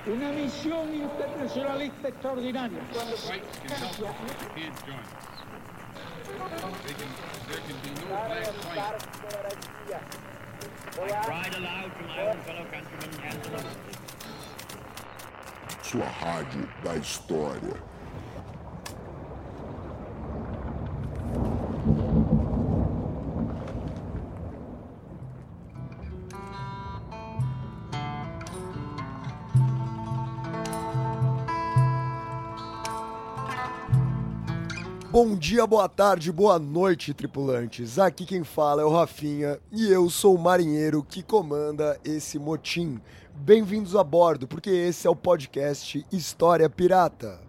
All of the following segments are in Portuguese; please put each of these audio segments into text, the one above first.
Una misión internacionalista extraordinaria. White can help if he can't join. There can be no black white. I cried aloud to my own fellow countrymen and to the world. Sua rádio da história. Bom dia, boa tarde, boa noite, tripulantes. Aqui quem fala é o Rafinha e eu sou o marinheiro que comanda esse motim. Bem-vindos a bordo, porque esse é o podcast História Pirata.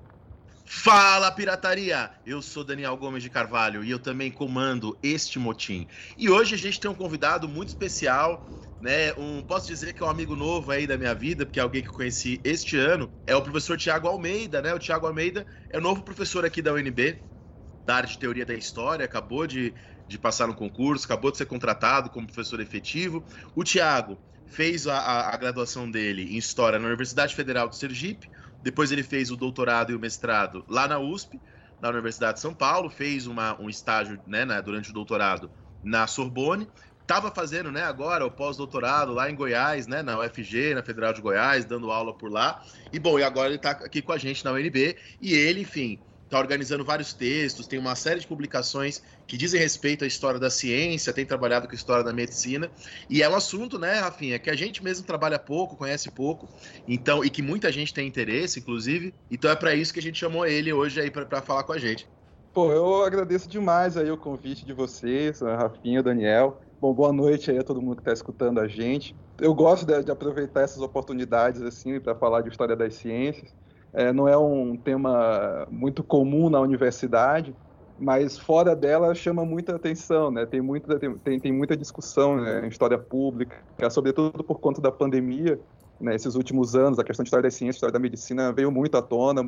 Fala, pirataria! Eu sou Daniel Gomes de Carvalho e eu também comando este motim. E hoje a gente tem um convidado muito especial, né? Posso dizer que é um amigo novo aí da minha vida, porque é alguém que eu conheci este ano. É o professor Tiago Almeida, né? O Tiago Almeida é o novo professor aqui da UNB, da área de Teoria da História, acabou de passar no concurso, acabou de ser contratado como professor efetivo. O Tiago fez a graduação dele em História na Universidade Federal do Sergipe, depois ele fez o doutorado e o mestrado lá na USP, na Universidade de São Paulo, fez um estágio, né, durante o doutorado na Sorbonne, estava fazendo, né, agora o pós-doutorado lá em Goiás, né, na UFG, na Federal de Goiás, dando aula por lá, e agora ele está aqui com a gente na UNB, e ele, enfim, está organizando vários textos, tem uma série de publicações que dizem respeito à história da ciência, tem trabalhado com a história da medicina, e é um assunto, né, Rafinha, que a gente mesmo trabalha pouco, conhece pouco, então, e que muita gente tem interesse, inclusive, então é para isso que a gente chamou ele hoje aí para falar com a gente. Pô, eu agradeço demais aí o convite de vocês, a Rafinha, Daniel. Bom, boa noite aí a todo mundo que está escutando a gente. Eu gosto de aproveitar essas oportunidades, assim, para falar de história das ciências. Não é um tema muito comum na universidade, mas fora dela chama muita atenção, né? Tem muita discussão, né, em história pública, sobretudo por conta da pandemia, né? Esses últimos anos, a questão de história das ciências, história da medicina veio muito à tona,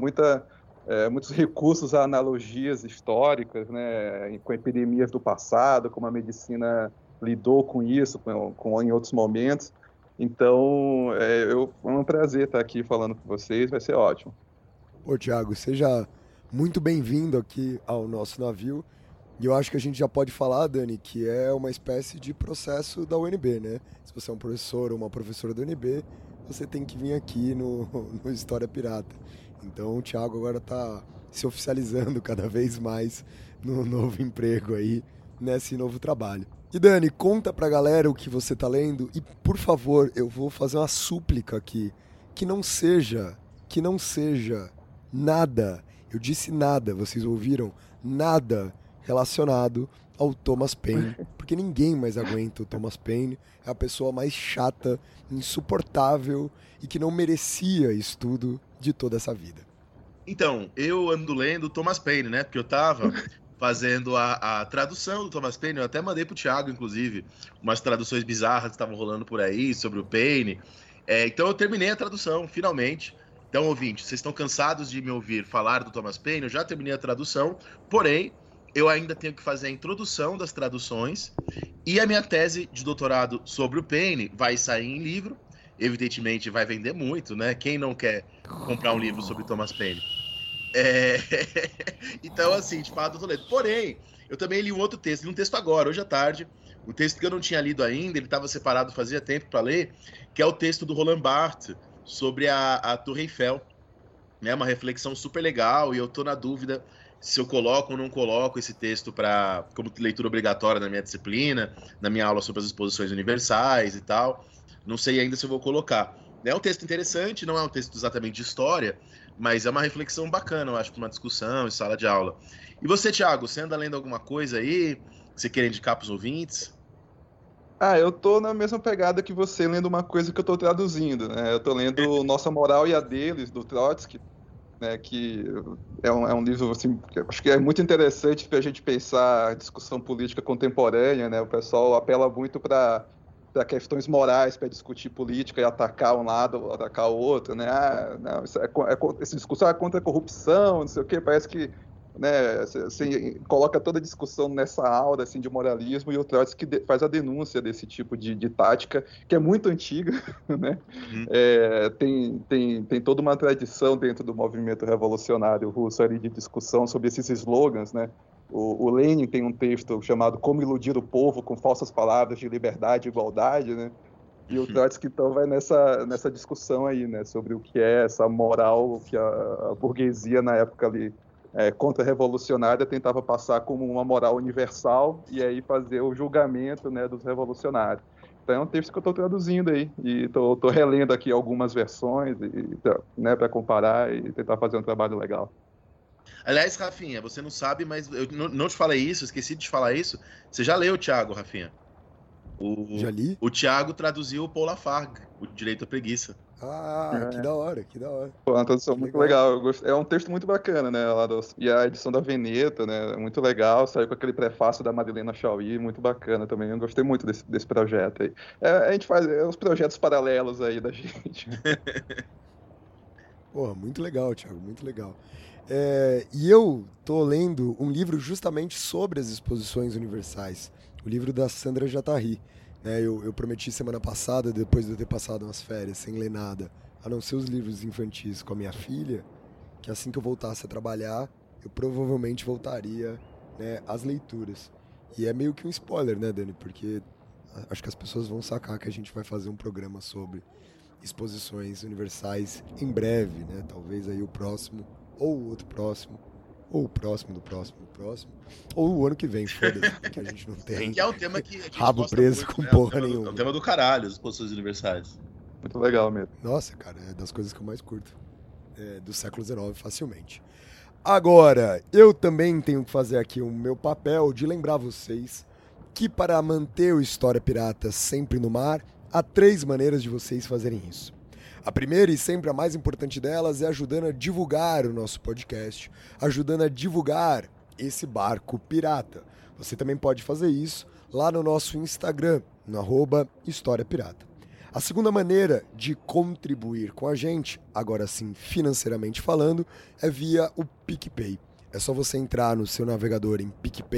muitos recursos a analogias históricas, né, com epidemias do passado, como a medicina lidou com isso em outros momentos. Então, é um prazer estar aqui falando com vocês, vai ser ótimo. Ô, Tiago, seja muito bem-vindo aqui ao nosso navio. E eu acho que a gente já pode falar, Dani, que é uma espécie de processo da UNB, né? Se você é um professor ou uma professora da UNB, você tem que vir aqui no História Pirata. Então, o Tiago agora está se oficializando cada vez mais no novo emprego aí, nesse novo trabalho. E Dani, conta pra galera o que você tá lendo e, por favor, eu vou fazer uma súplica aqui, que não seja nada, eu disse nada, vocês ouviram? Nada relacionado ao Thomas Paine, porque ninguém mais aguenta o Thomas Paine, é a pessoa mais chata, insuportável e que não merecia estudo de toda essa vida. Então, eu ando lendo Thomas Paine, né, porque eu tava fazendo a tradução do Thomas Paine, eu até mandei pro Thiago, inclusive, umas traduções bizarras que estavam rolando por aí sobre o Paine. Então eu terminei a tradução, finalmente. Então, ouvintes, vocês estão cansados de me ouvir falar do Thomas Paine? Eu já terminei a tradução, porém, eu ainda tenho que fazer a introdução das traduções e a minha tese de doutorado sobre o Paine vai sair em livro. Evidentemente vai vender muito, né? Quem não quer comprar um livro sobre Thomas Paine? Então, assim, de fato, eu tô lendo. Porém, eu também li um outro texto, li um texto agora, hoje à tarde, um texto que eu não tinha lido ainda, ele estava separado fazia tempo para ler, que é o texto do Roland Barthes sobre a Torre Eiffel. É uma reflexão super legal e eu tô na dúvida se eu coloco ou não coloco esse texto como leitura obrigatória na minha disciplina, na minha aula sobre as exposições universais e tal. Não sei ainda se eu vou colocar. É um texto interessante, não é um texto exatamente de história, mas é uma reflexão bacana, eu acho, para uma discussão em sala de aula. E você, Thiago, você anda lendo alguma coisa aí? Você quer indicar para os ouvintes? Eu tô na mesma pegada que você, lendo uma coisa que eu tô traduzindo, né? Eu tô lendo Nossa Moral e a Deles, do Trotsky, né? Que é um livro, assim, que eu acho que é muito interessante para a gente pensar a discussão política contemporânea, né? O pessoal apela muito para questões morais, para discutir política e atacar um lado ou atacar o outro, né? Não, esse discurso é contra a corrupção, não sei o quê, parece que né, você coloca toda a discussão nessa aura assim, de moralismo, e o Trotsky faz a denúncia desse tipo de tática, que é muito antiga, né? Tem toda uma tradição dentro do movimento revolucionário russo ali de discussão sobre esses slogans, né? O Lenin tem um texto chamado Como Iludir o Povo com Falsas Palavras de Liberdade e Igualdade, né? E o Trotsky, então, vai nessa discussão aí, né? Sobre o que é essa moral que a burguesia, na época ali, contra-revolucionária, tentava passar como uma moral universal e aí fazer o julgamento, né, dos revolucionários. Então é um texto que eu estou traduzindo aí, e estou relendo aqui algumas versões, né, para comparar e tentar fazer um trabalho legal. Aliás, Rafinha, você não sabe, mas eu não te falei isso, esqueci de te falar isso. Você já leu o Thiago, Rafinha? Já li? O Thiago traduziu o Paul Lafargue, o Direito à Preguiça. Ah, que da hora, que da hora. Pô, uma tradução muito legal. É um texto muito bacana, né? E a edição da Veneta, né? Muito legal. Saiu com aquele prefácio da Madeleine Chauí, muito bacana também. Eu gostei muito desse projeto aí. A gente faz os projetos paralelos aí da gente. Porra, muito legal, Thiago, muito legal. E eu tô lendo um livro justamente sobre as exposições universais. O livro da Sandra Jattari. Eu prometi semana passada, depois de eu ter passado umas férias sem ler nada, a não ser os livros infantis com a minha filha, que assim que eu voltasse a trabalhar, eu provavelmente voltaria, né, às leituras. E é meio que um spoiler, né, Dani? Porque acho que as pessoas vão sacar que a gente vai fazer um programa sobre exposições universais em breve, né? Talvez aí o próximo, ou o outro próximo, ou o próximo do próximo do próximo, ou o ano que vem, foda-se, porque a gente não tem Que é um tema que a gente rabo gosta preso muito, com né? porra É nenhuma. um tema do caralho, as exposições universais. Muito legal mesmo. Nossa, cara, é das coisas que eu mais curto do século XIX, facilmente. Agora, eu também tenho que fazer aqui o meu papel de lembrar vocês que para manter o História Pirata sempre no mar, há 3 maneiras de vocês fazerem isso. A primeira e sempre a mais importante delas é ajudando a divulgar o nosso podcast, ajudando a divulgar esse barco pirata. Você também pode fazer isso lá no nosso Instagram, no @História Pirata. A segunda maneira de contribuir com a gente, agora sim financeiramente falando, é via o PicPay. É só você entrar no seu navegador em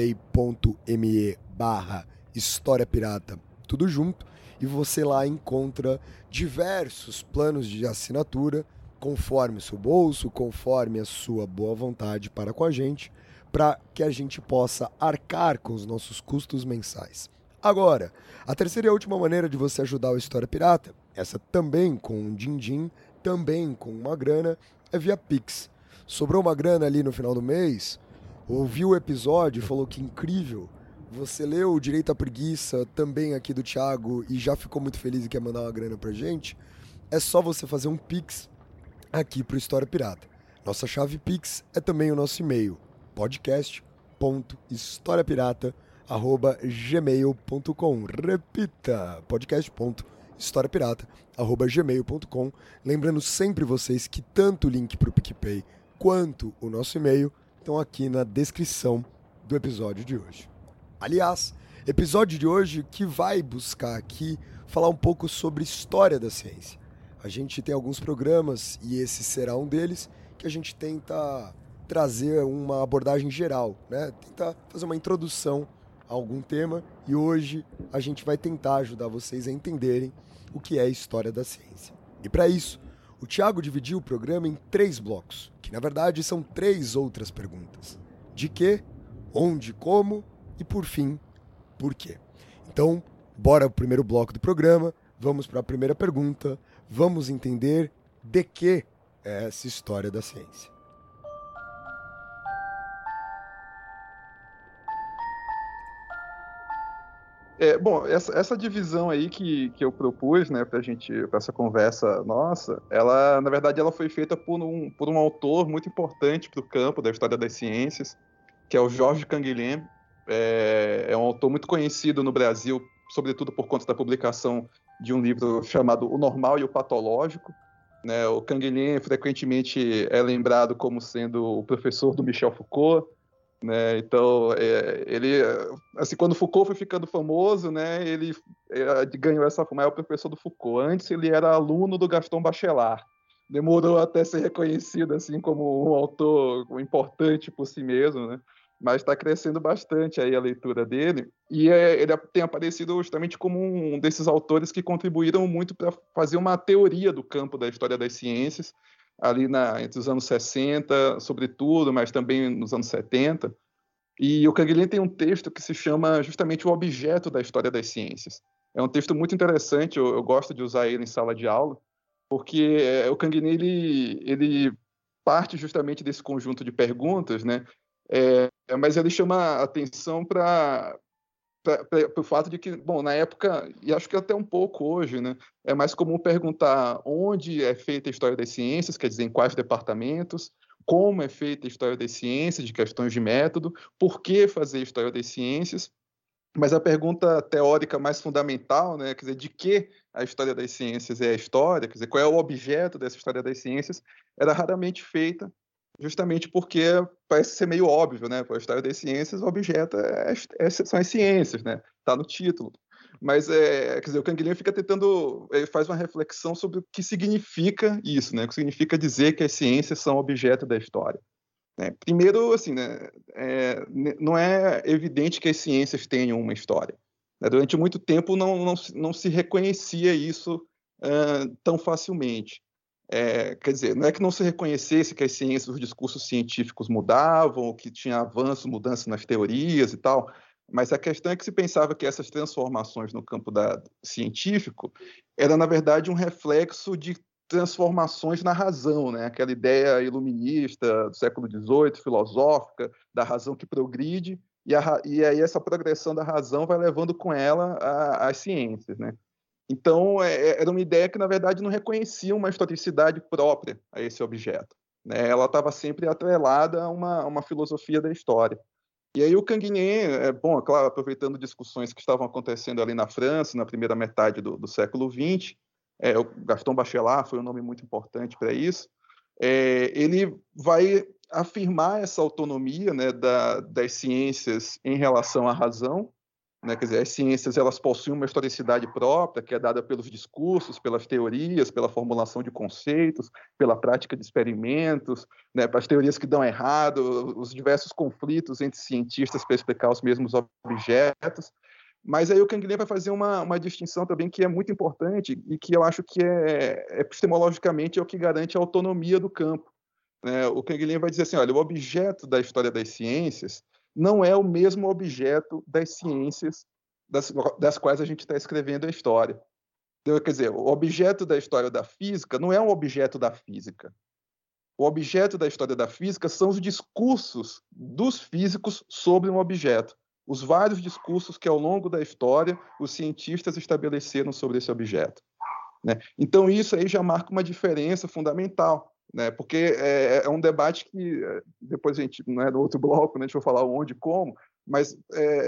picpay.me/História Pirata, tudo junto, e você lá encontra diversos planos de assinatura, conforme o seu bolso, conforme a sua boa vontade para com a gente, para que a gente possa arcar com os nossos custos mensais. Agora, a terceira e a última maneira de você ajudar o História Pirata, essa também com um din-din, também com uma grana, é via Pix. Sobrou uma grana ali no final do mês, ouviu o episódio e falou que incrível, você leu o Direito à Preguiça, também aqui do Thiago, e já ficou muito feliz e quer mandar uma grana pra gente, é só você fazer um Pix aqui pro História Pirata. Nossa chave Pix é também o nosso e-mail, podcast.historiapirata@gmail.com. Repita, podcast.historiapirata@gmail.com. Lembrando sempre vocês que tanto o link pro PicPay quanto o nosso e-mail estão aqui na descrição do episódio de hoje. Aliás, episódio de hoje que vai buscar aqui falar um pouco sobre história da ciência. A gente tem alguns programas, e esse será um deles, que a gente tenta trazer uma abordagem geral, né? Tentar fazer uma introdução a algum tema, e hoje a gente vai tentar ajudar vocês a entenderem o que é a história da ciência. E para isso, o Thiago dividiu o programa em 3 blocos, que na verdade são 3 outras perguntas. De quê? Onde? Como? E por fim, por quê? Então, bora pro primeiro bloco do programa, vamos para a primeira pergunta, vamos entender de que é essa história da ciência. Bom, essa divisão aí que eu propus, né, pra essa conversa nossa, ela, na verdade, ela foi feita por um autor muito importante para o campo da história das ciências, que é o Georges Canguilhem. É um autor muito conhecido no Brasil, sobretudo por conta da publicação de um livro chamado O Normal e o Patológico, né? O Canguilhem frequentemente é lembrado como sendo o professor do Michel Foucault, né? Então, ele, assim, quando Foucault foi ficando famoso, né, ele ganhou essa fama, é o professor do Foucault. Antes ele era aluno do Gaston Bachelard, demorou até ser reconhecido assim como um autor importante por si mesmo, né? Mas está crescendo bastante aí a leitura dele, e ele tem aparecido justamente como um desses autores que contribuíram muito para fazer uma teoria do campo da história das ciências, ali entre os anos 60, sobretudo, mas também nos anos 70. E o Canguilhem tem um texto que se chama justamente O Objeto da História das Ciências. É um texto muito interessante, eu gosto de usar ele em sala de aula, porque o Canguilhem ele parte justamente desse conjunto de perguntas, né? Mas ele chama a atenção para o fato de que, bom, na época, e acho que até um pouco hoje, né, é mais comum perguntar onde é feita a história das ciências, quer dizer, em quais departamentos, como é feita a história das ciências, de questões de método, por que fazer história das ciências, mas a pergunta teórica mais fundamental, né, quer dizer, de que a história das ciências é a história, quer dizer, qual é o objeto dessa história das ciências, era raramente feita, justamente porque parece ser meio óbvio, né? Para a história das ciências, o objeto são as ciências, né? Está no título. Mas, quer dizer, o Canguilhem fica tentando, ele faz uma reflexão sobre o que significa isso, né? O que significa dizer que as ciências são objeto da história. Né? Primeiro, assim, né? Não é evidente que as ciências tenham uma história. Né? Durante muito tempo não se reconhecia isso tão facilmente. Quer dizer, não é que não se reconhecesse que as ciências, os discursos científicos mudavam, que tinha avanço, mudança nas teorias e tal, mas a questão é que se pensava que essas transformações no campo científico era, na verdade, um reflexo de transformações na razão, né? Aquela ideia iluminista do século XVIII, filosófica, da razão que progride, e aí essa progressão da razão vai levando com ela as ciências, né? Então, era uma ideia que, na verdade, não reconhecia uma historicidade própria a esse objeto. Né? Ela estava sempre atrelada a uma filosofia da história. E aí o Canguilhem, bom, claro, aproveitando discussões que estavam acontecendo ali na França, na primeira metade do século XX, o Gaston Bachelard foi um nome muito importante para isso, ele vai afirmar essa autonomia, né, das ciências em relação à razão, né? Quer dizer, as ciências elas possuem uma historicidade própria, que é dada pelos discursos, pelas teorias, pela formulação de conceitos, pela prática de experimentos, né? Para as teorias que dão errado, os diversos conflitos entre cientistas para explicar os mesmos objetos. Mas aí o Canguilhem vai fazer uma distinção também que é muito importante e que eu acho que epistemologicamente é o que garante a autonomia do campo. Né? O Canguilhem vai dizer assim, olha, o objeto da história das ciências não é o mesmo objeto das ciências das quais a gente está escrevendo a história. Então, quer dizer, o objeto da história da física não é um objeto da física. O objeto da história da física são os discursos dos físicos sobre um objeto. Os vários discursos que, ao longo da história, os cientistas estabeleceram sobre esse objeto. Né? Então, isso aí já marca uma diferença fundamental. Né? Porque é um debate que, depois a gente, no outro bloco, né, a gente vai falar onde e como, mas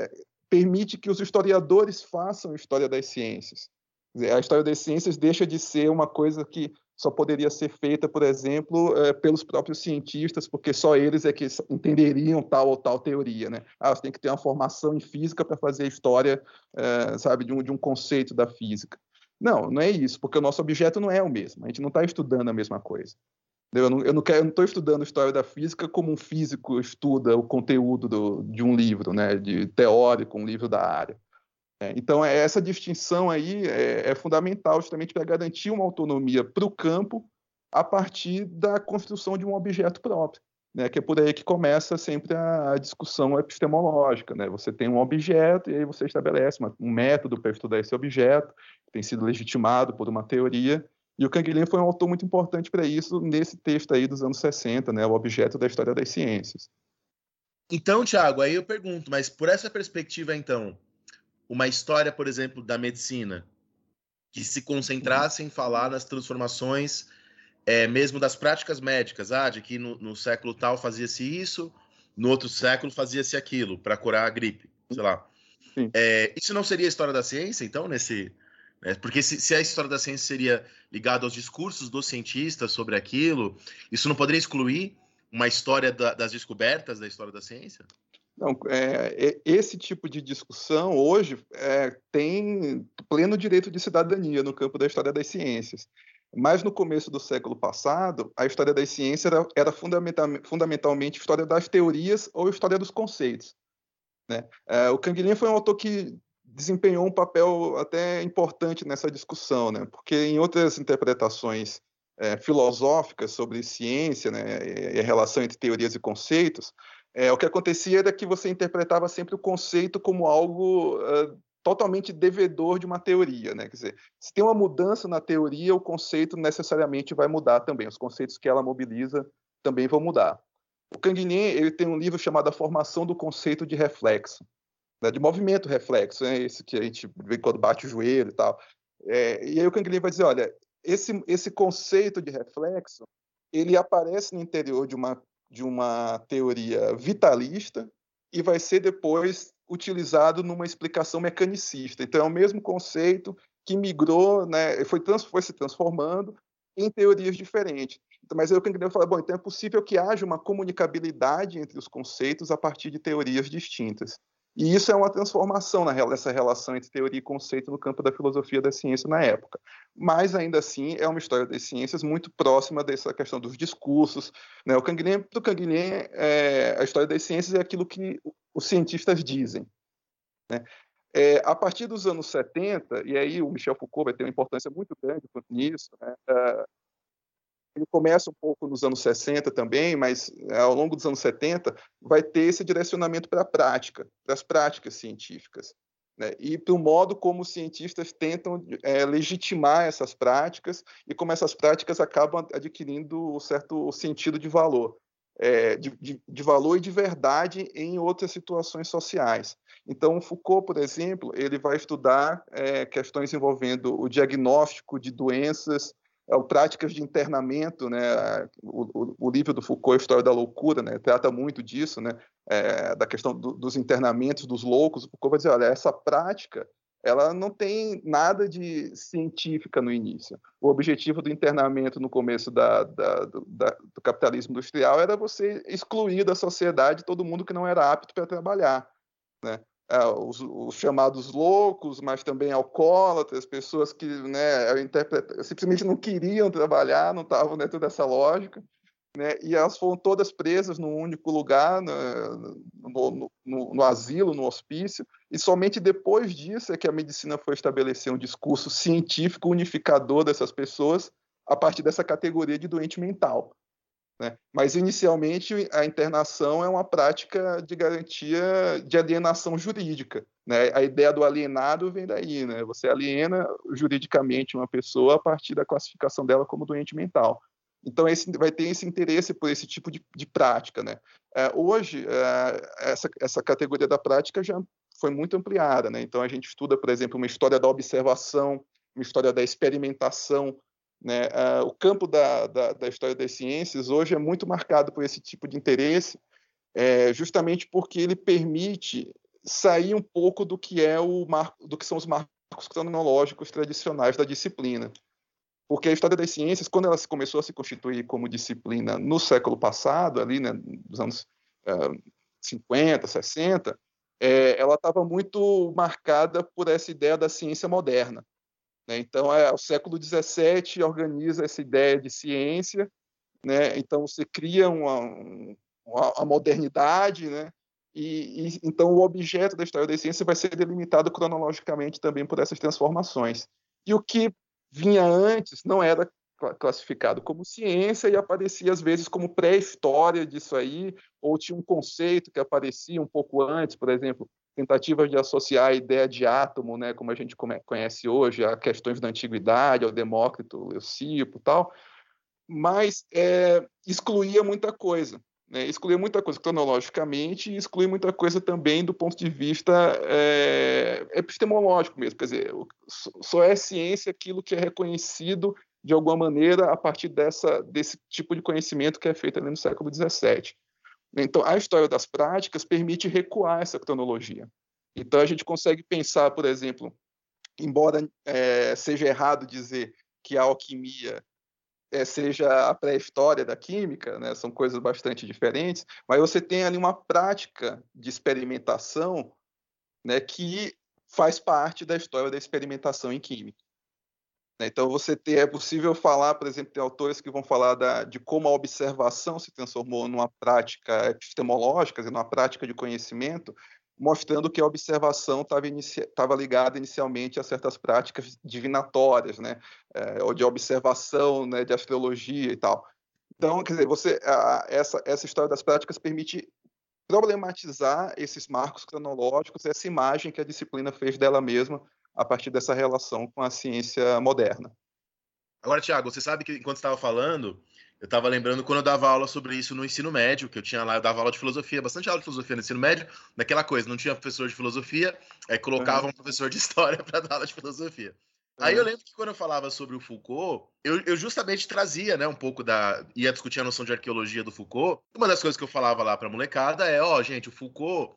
permite que os historiadores façam a história das ciências. Quer dizer, a história das ciências deixa de ser uma coisa que só poderia ser feita, por exemplo, pelos próprios cientistas, porque só eles é que entenderiam tal ou tal teoria. Né? Você tem que ter uma formação em física para fazer a história, sabe, de um conceito da física. Não é isso, porque o nosso objeto não é o mesmo, a gente não está estudando a mesma coisa. Eu não estou estudando história da física como um físico estuda o conteúdo de um livro, né, de teórico, um livro da área. Então, essa distinção aí é fundamental justamente para garantir uma autonomia para o campo a partir da construção de um objeto próprio, né, que é por aí que começa sempre a discussão epistemológica. Né? Você tem um objeto e aí você estabelece um método para estudar esse objeto, que tem sido legitimado por uma teoria. E o Canguilhem foi um autor muito importante para isso nesse texto aí dos anos 60, né, o objeto da história das ciências. Então, Thiago, aí eu pergunto, mas por essa perspectiva, então, uma história, por exemplo, da medicina, que se concentrasse em falar nas transformações mesmo das práticas médicas, de que no século tal fazia-se isso, no outro século fazia-se aquilo, para curar a gripe, sei lá. Isso não seria a história da ciência, então, porque se a história da ciência seria ligada aos discursos dos cientistas sobre aquilo, isso não poderia excluir uma história das descobertas da história da ciência? Não, esse tipo de discussão hoje tem pleno direito de cidadania no campo da história das ciências. Mas no começo do século passado, a história das ciências era fundamentalmente história das teorias ou história dos conceitos, né? O Canguilhem foi um autor que desempenhou um papel até importante nessa discussão, né? Porque em outras interpretações filosóficas sobre ciência, né, e a relação entre teorias e conceitos, o que acontecia era que você interpretava sempre o conceito como algo totalmente devedor de uma teoria, né? Quer dizer, se tem uma mudança na teoria, o conceito necessariamente vai mudar também. Os conceitos que ela mobiliza também vão mudar. O Canguilhem, ele tem um livro chamado A Formação do Conceito de Reflexo, né, de movimento reflexo, né, esse que a gente vê quando bate o joelho e tal. E aí o Canguilhem vai dizer, olha, esse conceito de reflexo, ele aparece no interior de uma teoria vitalista e vai ser depois utilizado numa explicação mecanicista. Então, é o mesmo conceito que migrou, né, foi se transformando em teorias diferentes. Mas aí o Canguilhem fala, bom, então é possível que haja uma comunicabilidade entre os conceitos a partir de teorias distintas. E isso é uma transformação nessa relação entre teoria e conceito no campo da filosofia da ciência na época. Mas, ainda assim, é uma história das ciências muito próxima dessa questão dos discursos, né? Para o Canguilhem, a história das ciências é aquilo que os cientistas dizem, né? A partir dos anos 70, e aí o Michel Foucault vai ter uma importância muito grande nisso, né? Ele começa um pouco nos anos 60 também, mas ao longo dos anos 70 vai ter esse direcionamento para a prática, para as práticas científicas, né? E para o modo como os cientistas tentam legitimar essas práticas e como essas práticas acabam adquirindo um certo sentido de valor, de valor e de verdade em outras situações sociais. Então, Foucault, por exemplo, ele vai estudar questões envolvendo o diagnóstico de doenças, práticas de internamento, né? O livro do Foucault, História da Loucura, né, trata muito disso, né? Da questão dos internamentos dos loucos. O Foucault vai dizer, olha, essa prática ela não tem nada de científica no início. O objetivo do internamento no começo do capitalismo industrial era você excluir da sociedade todo mundo que não era apto para trabalhar, né? Os chamados loucos, mas também alcoólatras, pessoas que, né, simplesmente não queriam trabalhar, não estavam dentro dessa lógica, né, e elas foram todas presas num único lugar, no asilo, no hospício, e somente depois disso é que a medicina foi estabelecer um discurso científico unificador dessas pessoas a partir dessa categoria de doente mental, né? Mas, inicialmente, a internação é uma prática de garantia de alienação jurídica, né? A ideia do alienado vem daí, né? Você aliena juridicamente uma pessoa a partir da classificação dela como doente mental. Então, vai ter esse interesse por esse tipo de prática, né? Hoje, essa categoria da prática já foi muito ampliada, né? Então, a gente estuda, por exemplo, uma história da observação, uma história da experimentação, né? O campo da história das ciências hoje é muito marcado por esse tipo de interesse, justamente porque ele permite sair um pouco do que são os marcos cronológicos tradicionais da disciplina. Porque a história das ciências, quando ela começou a se constituir como disciplina no século passado, ali, né, nos anos 50, 60, ela estava muito marcada por essa ideia da ciência moderna. Então, o século XVII organiza essa ideia de ciência, né? Então, você cria uma modernidade, né? Então, o objeto da história da ciência vai ser delimitado cronologicamente também por essas transformações. E o que vinha antes não era classificado como ciência e aparecia, às vezes, como pré-história disso aí, ou tinha um conceito que aparecia um pouco antes, por exemplo, tentativas de associar a ideia de átomo, né, como a gente conhece hoje, a questões da antiguidade, ao Demócrito, Leucipo e tal, mas excluía muita coisa, né? Excluía muita coisa cronologicamente e excluía muita coisa também do ponto de vista epistemológico mesmo, quer dizer, só é ciência aquilo que é reconhecido de alguma maneira a partir desse tipo de conhecimento que é feito ali no século XVII. Então, a história das práticas permite recuar essa cronologia. Então, a gente consegue pensar, por exemplo, embora seja errado dizer que a alquimia seja a pré-história da química, né? São coisas bastante diferentes, mas você tem ali uma prática de experimentação, né, que faz parte da história da experimentação em química. Então, é possível falar, por exemplo, tem autores que vão falar de como a observação se transformou numa prática epistemológica, numa prática de conhecimento, mostrando que a observação estava ligada inicialmente a certas práticas divinatórias, né? Ou de observação, né, de astrologia e tal. Então, quer dizer, essa história das práticas permite problematizar esses marcos cronológicos, essa imagem que a disciplina fez dela mesma a partir dessa relação com a ciência moderna. Agora, Thiago, você sabe que enquanto estava falando, eu estava lembrando quando eu dava aula sobre isso no ensino médio, que eu tinha lá, eu dava aula de filosofia, bastante aula de filosofia no ensino médio, naquela coisa, não tinha professor de filosofia, aí colocava um professor de história para dar aula de filosofia. Aí eu lembro que quando eu falava sobre o Foucault, eu justamente trazia, né, um pouco ia discutir a noção de arqueologia do Foucault. Uma das coisas que eu falava lá pra molecada gente, o Foucault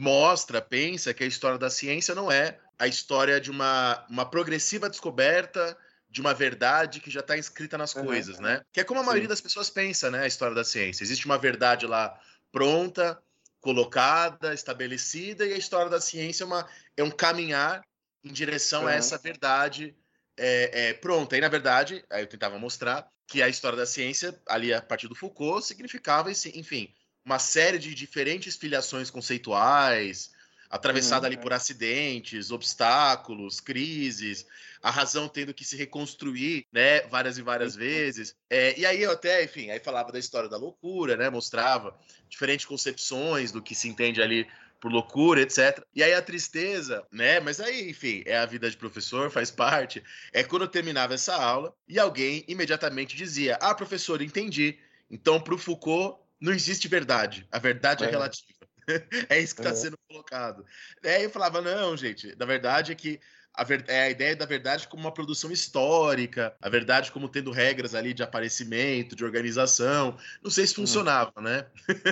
pensa que a história da ciência não é a história de uma progressiva descoberta de uma verdade que já está inscrita nas coisas, né? Que é como a maioria das pessoas pensa, né, a história da ciência. Existe uma verdade lá pronta, colocada, estabelecida, e a história da ciência é um caminhar em direção a essa verdade pronta. E, na verdade, aí eu tentava mostrar que a história da ciência, ali a partir do Foucault, significava, enfim, uma série de diferentes filiações conceituais, atravessada ali por acidentes, obstáculos, crises, a razão tendo que se reconstruir, né, várias e várias vezes. E aí eu até, enfim, aí falava da história da loucura, né, mostrava diferentes concepções do que se entende ali por loucura, etc. E aí a tristeza, né, mas aí, enfim, é a vida de professor, faz parte, quando eu terminava essa aula e alguém imediatamente dizia: ah, professor, entendi. Então, para o Foucault, não existe verdade. A verdade é relativa. É isso que está sendo colocado. Aí eu falava, não, gente, na verdade é que a ideia da verdade como uma produção histórica, a verdade como tendo regras ali de aparecimento, de organização. Não sei se funcionava, né?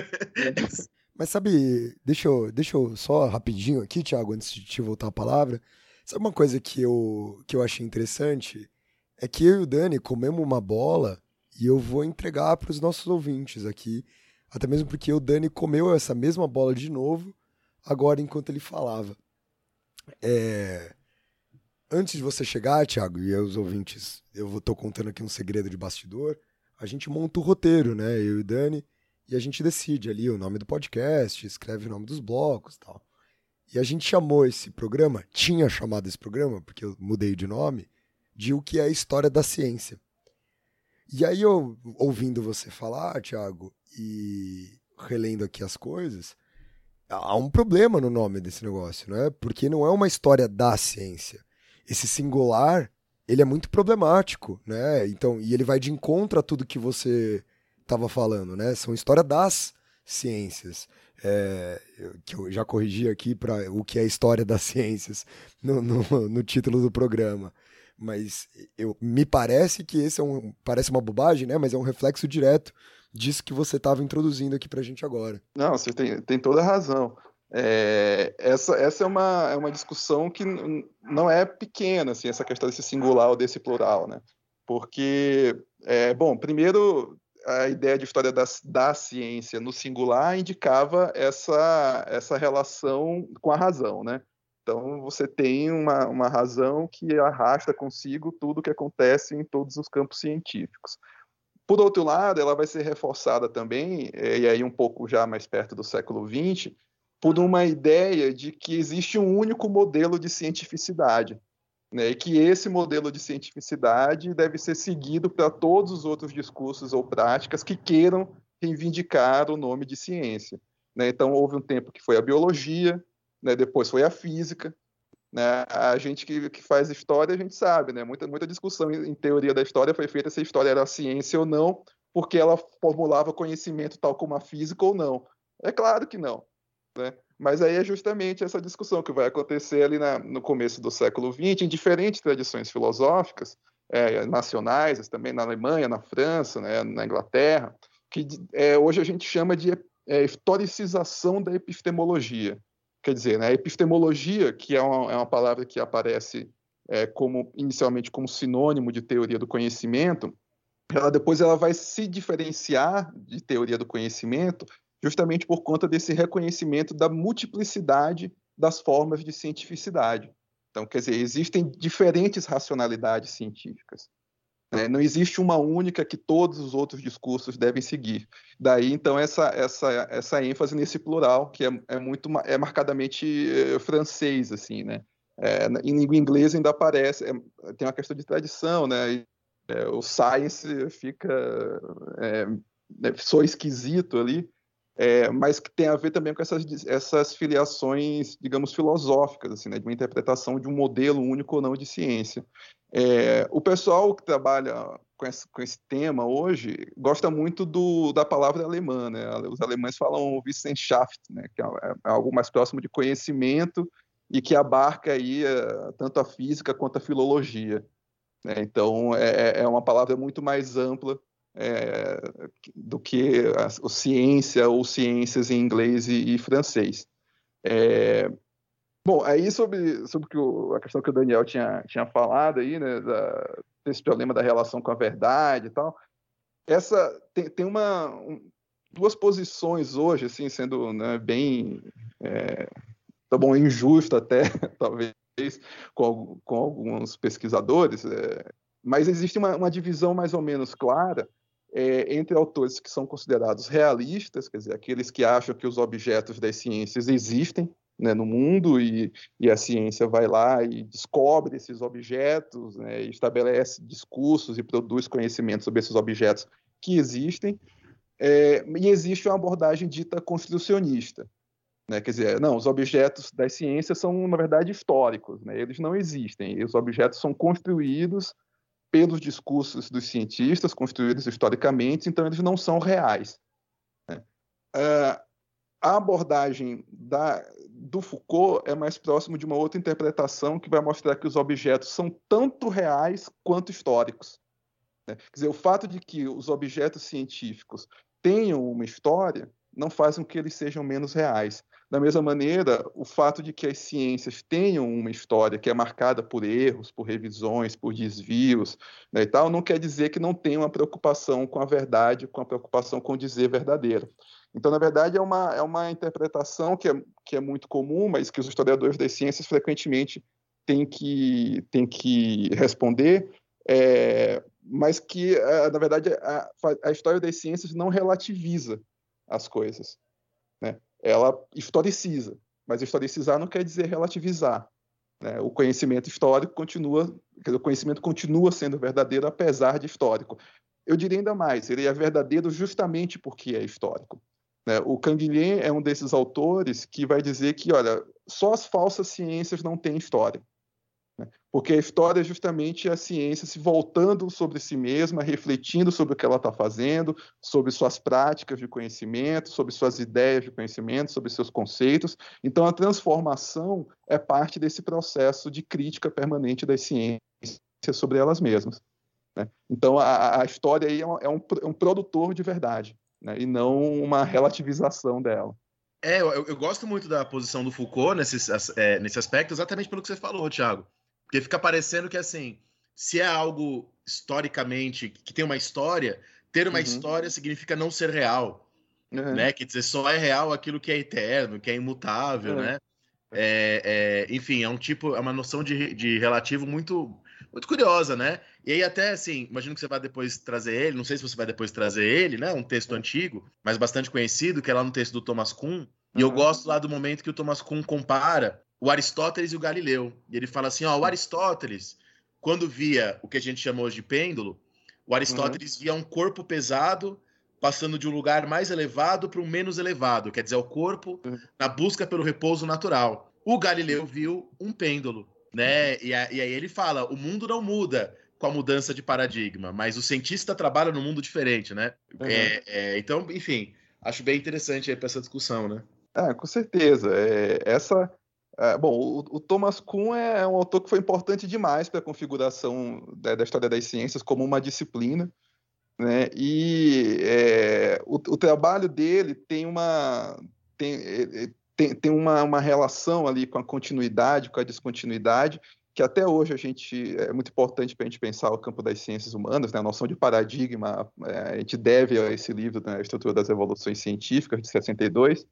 Mas sabe, deixa eu só rapidinho aqui, Thiago, antes de te voltar a palavra. Sabe uma coisa que eu achei interessante? É que eu e o Dani comemos uma bola e eu vou entregar para os nossos ouvintes aqui. Até mesmo porque o Dani comeu essa mesma bola de novo, agora enquanto ele falava. Antes de você chegar, Thiago, e os ouvintes, eu estou contando aqui um segredo de bastidor, a gente monta o roteiro, né, eu e o Dani, e a gente decide ali o nome do podcast, escreve o nome dos blocos e tal. E a gente chamou esse programa, tinha chamado esse programa, porque eu mudei de nome, de O que é a História da Ciência. E aí eu, ouvindo você falar, Thiago, e relendo aqui as coisas, há um problema no nome desse negócio, não é? Porque não é uma história da ciência. Esse singular, ele é muito problemático, né? Então, e ele vai de encontro a tudo que você estava falando, né? São história das ciências. Que eu já corrigi aqui para o que é história das ciências no título do programa. Mas me parece que esse parece uma bobagem, né? Mas é um reflexo direto disso que você estava introduzindo aqui para a gente agora. Não, você tem toda a razão. Essa é uma discussão que não é pequena, assim, essa questão desse singular ou desse plural, né? Porque, bom, primeiro, a ideia de história da ciência no singular indicava essa relação com a razão, né? Então, você tem uma razão que arrasta consigo tudo o que acontece em todos os campos científicos. Por outro lado, ela vai ser reforçada também, e aí um pouco já mais perto do século XX, por uma ideia de que existe um único modelo de cientificidade, né, e que esse modelo de cientificidade deve ser seguido para todos os outros discursos ou práticas que queiram reivindicar o nome de ciência, né? Então, houve um tempo que foi a biologia, né, depois foi a física, né? A gente que faz história, a gente sabe, né? Muita discussão em teoria da história foi feita se a história era ciência ou não, porque ela formulava conhecimento tal como a física ou não. É claro que não, né? Mas aí é justamente essa discussão que vai acontecer ali no começo do século XX, em diferentes tradições filosóficas, nacionais, também na Alemanha, na França, né, na Inglaterra, que hoje a gente chama de historicização da epistemologia. Quer dizer, né, a epistemologia, que é uma palavra que aparece inicialmente como sinônimo de teoria do conhecimento, depois ela vai se diferenciar de teoria do conhecimento justamente por conta desse reconhecimento da multiplicidade das formas de cientificidade. Então, quer dizer, existem diferentes racionalidades científicas. Né? Não existe uma única que todos os outros discursos devem seguir. Daí, então, essa ênfase nesse plural, que é marcadamente francês, assim, né? Em língua inglesa ainda aparece, tem uma questão de tradição, né? O science fica só esquisito ali, mas que tem a ver também com essas filiações, digamos, filosóficas, assim, né? De uma interpretação de um modelo único ou não de ciência. O pessoal que trabalha com esse tema hoje gosta muito da palavra alemã, né? Os alemães falam Wissenschaft, né? Que é algo mais próximo de conhecimento e que abarca aí tanto a física quanto a filologia. Né? Então, é uma palavra muito mais ampla do que a ciência ou ciências em inglês e francês. Bom, aí sobre a questão que o Daniel tinha falado aí, né, desse problema da relação com a verdade e tal, tem duas posições hoje, assim, sendo, né, bem, tá bom, injusto até, talvez, com alguns pesquisadores, mas existe uma divisão mais ou menos clara entre autores que são considerados realistas, quer dizer, aqueles que acham que os objetos das ciências existem, né, no mundo e a ciência vai lá e descobre esses objetos, né, e estabelece discursos e produz conhecimento sobre esses objetos que existem, e existe uma abordagem dita construcionista, né, quer dizer, não, os objetos das ciências são, na verdade, históricos, né, eles não existem, e os objetos são construídos pelos discursos dos cientistas, construídos historicamente, então eles não são reais. Né? A abordagem do Foucault é mais próximo de uma outra interpretação que vai mostrar que os objetos são tanto reais quanto históricos. Né? Quer dizer, o fato de que os objetos científicos tenham uma história não faz com que eles sejam menos reais. Da mesma maneira, o fato de que as ciências tenham uma história que é marcada por erros, por revisões, por desvios, né, e tal, não quer dizer que não tenha uma preocupação com a verdade, com a preocupação com o dizer verdadeiro. Então, na verdade, é uma interpretação que é muito comum, mas que os historiadores das ciências frequentemente têm que responder, mas que, na verdade, a história das ciências não relativiza as coisas, né? Ela historiciza, mas historicizar não quer dizer relativizar. Né? O conhecimento histórico continua sendo verdadeiro apesar de histórico. Eu diria ainda mais, ele é verdadeiro justamente porque é histórico. Né? O Canguilhem é um desses autores que vai dizer que, olha, só as falsas ciências não têm história. Né? Porque a história é justamente a ciência se voltando sobre si mesma, refletindo sobre o que ela está fazendo, sobre suas práticas de conhecimento, sobre suas ideias de conhecimento, sobre seus conceitos. Então, a transformação é parte desse processo de crítica permanente das ciências sobre elas mesmas. Né? Então, a história aí é um produtor de verdade, né? E não uma relativização dela. Eu gosto muito da posição do Foucault nesse aspecto, exatamente pelo que você falou, Thiago. Porque fica parecendo que, assim, se é algo historicamente, que tem uma história, ter uma história significa não ser real, né? Quer dizer, só é real aquilo que é eterno, que é imutável, né? Enfim, é uma noção de relativo muito, muito curiosa, né? E aí até, assim, imagino que você vai depois trazer ele, não sei se você vai depois trazer ele, né? Um texto antigo, mas bastante conhecido, que é lá no texto do Thomas Kuhn. E eu gosto lá do momento que o Thomas Kuhn compara o Aristóteles e o Galileu. E ele fala assim, o Aristóteles, quando via o que a gente chama hoje de pêndulo, o Aristóteles via um corpo pesado passando de um lugar mais elevado para um menos elevado, quer dizer, o corpo na busca pelo repouso natural. O Galileu viu um pêndulo, né? E aí ele fala, o mundo não muda com a mudança de paradigma, mas o cientista trabalha num mundo diferente, né? Então, enfim, acho bem interessante aí para essa discussão, né? Com certeza. Bom, o Thomas Kuhn é um autor que foi importante demais para a configuração da história das ciências como uma disciplina, né? E o trabalho dele tem uma relação ali com a continuidade, com a descontinuidade, que até hoje é muito importante para a gente pensar o campo das ciências humanas, né? A noção de paradigma, a gente deve a esse livro, né? A Estrutura das Evoluções Científicas, de 62,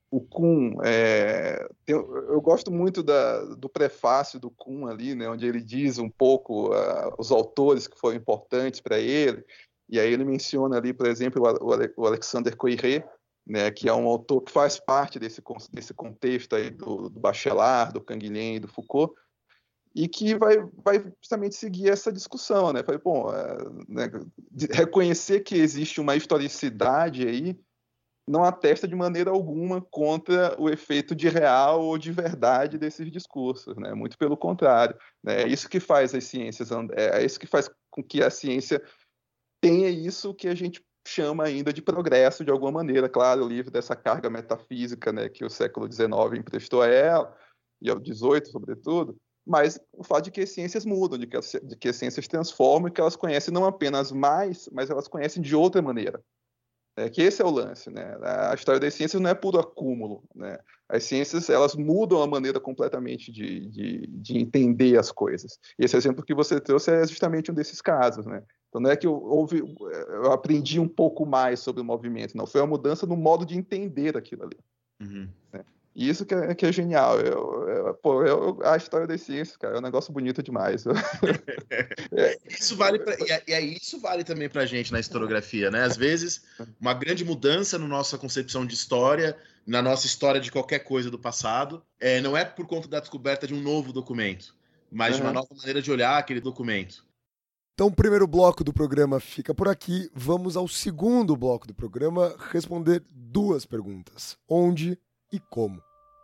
o Kuhn, eu gosto muito do prefácio do Kuhn ali, né, onde ele diz um pouco os autores que foram importantes para ele, e aí ele menciona ali, por exemplo, o Alexander Koyré, né, que é um autor que faz parte desse contexto aí do Bachelard, do Canguilhem e do Foucault, e que vai justamente seguir essa discussão, né? Falei, bom, né, reconhecer que existe uma historicidade aí não atesta de maneira alguma contra o efeito de real ou de verdade desses discursos, né? Muito pelo contrário, né? É isso que faz as ciências, é isso que faz com que a ciência tenha isso que a gente chama ainda de progresso de alguma maneira, claro, livre dessa carga metafísica, né, que o século XIX emprestou a ela, e ao XVIII, sobretudo, mas o fato de que as ciências mudam, de que as ciências transformam e que elas conhecem não apenas mais, mas elas conhecem de outra maneira. Que esse é o lance, né? A história das ciências não é puro acúmulo, né? As ciências, elas mudam a maneira completamente de entender as coisas. E esse exemplo que você trouxe é justamente um desses casos, né? Então não é que eu aprendi um pouco mais sobre o movimento, não. Foi uma mudança no modo de entender aquilo ali. Uhum. Né? E isso que é genial. A história das ciências, cara, é um negócio bonito demais. Isso vale isso vale também para a gente na historiografia, né? Às vezes, uma grande mudança na nossa concepção de história, na nossa história de qualquer coisa do passado, não é por conta da descoberta de um novo documento, mas de uma nova maneira de olhar aquele documento. Então, o primeiro bloco do programa fica por aqui. Vamos ao segundo bloco do programa responder 2 perguntas: onde e como.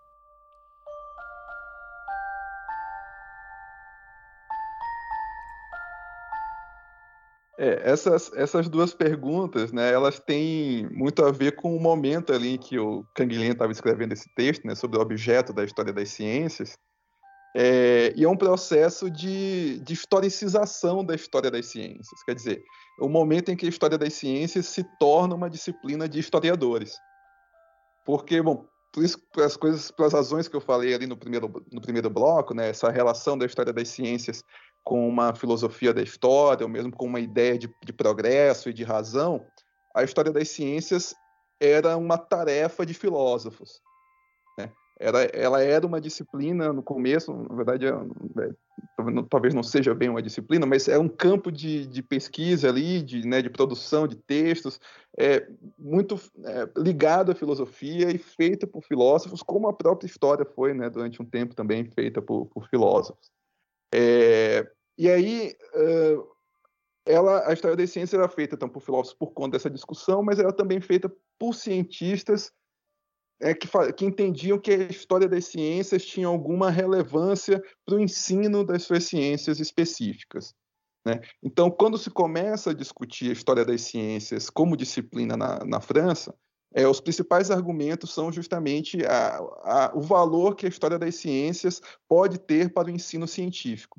Essas 2 perguntas, né, elas têm muito a ver com o momento ali em que o Canguilhem estava escrevendo esse texto, né, sobre o objeto da história das ciências, e é um processo de historicização da história das ciências. Quer dizer, o momento em que a história das ciências se torna uma disciplina de historiadores. Porque, bom, por isso, pelas razões que eu falei ali no primeiro bloco, né, essa relação da história das ciências com uma filosofia da história, ou mesmo com uma ideia de progresso e de razão, a história das ciências era uma tarefa de filósofos. Né? Ela era uma disciplina, no começo, na verdade, talvez não seja bem uma disciplina, mas é um campo de pesquisa ali, de produção de textos, muito ligado à filosofia e feita por filósofos, como a própria história foi, né, durante um tempo também feita por filósofos. E aí, a história das ciências era feita então, por filósofos por conta dessa discussão, mas era também feita por cientistas que entendiam que a história das ciências tinha alguma relevância para o ensino das suas ciências específicas. Né? Então, quando se começa a discutir a história das ciências como disciplina na França, os principais argumentos são justamente o valor que a história das ciências pode ter para o ensino científico.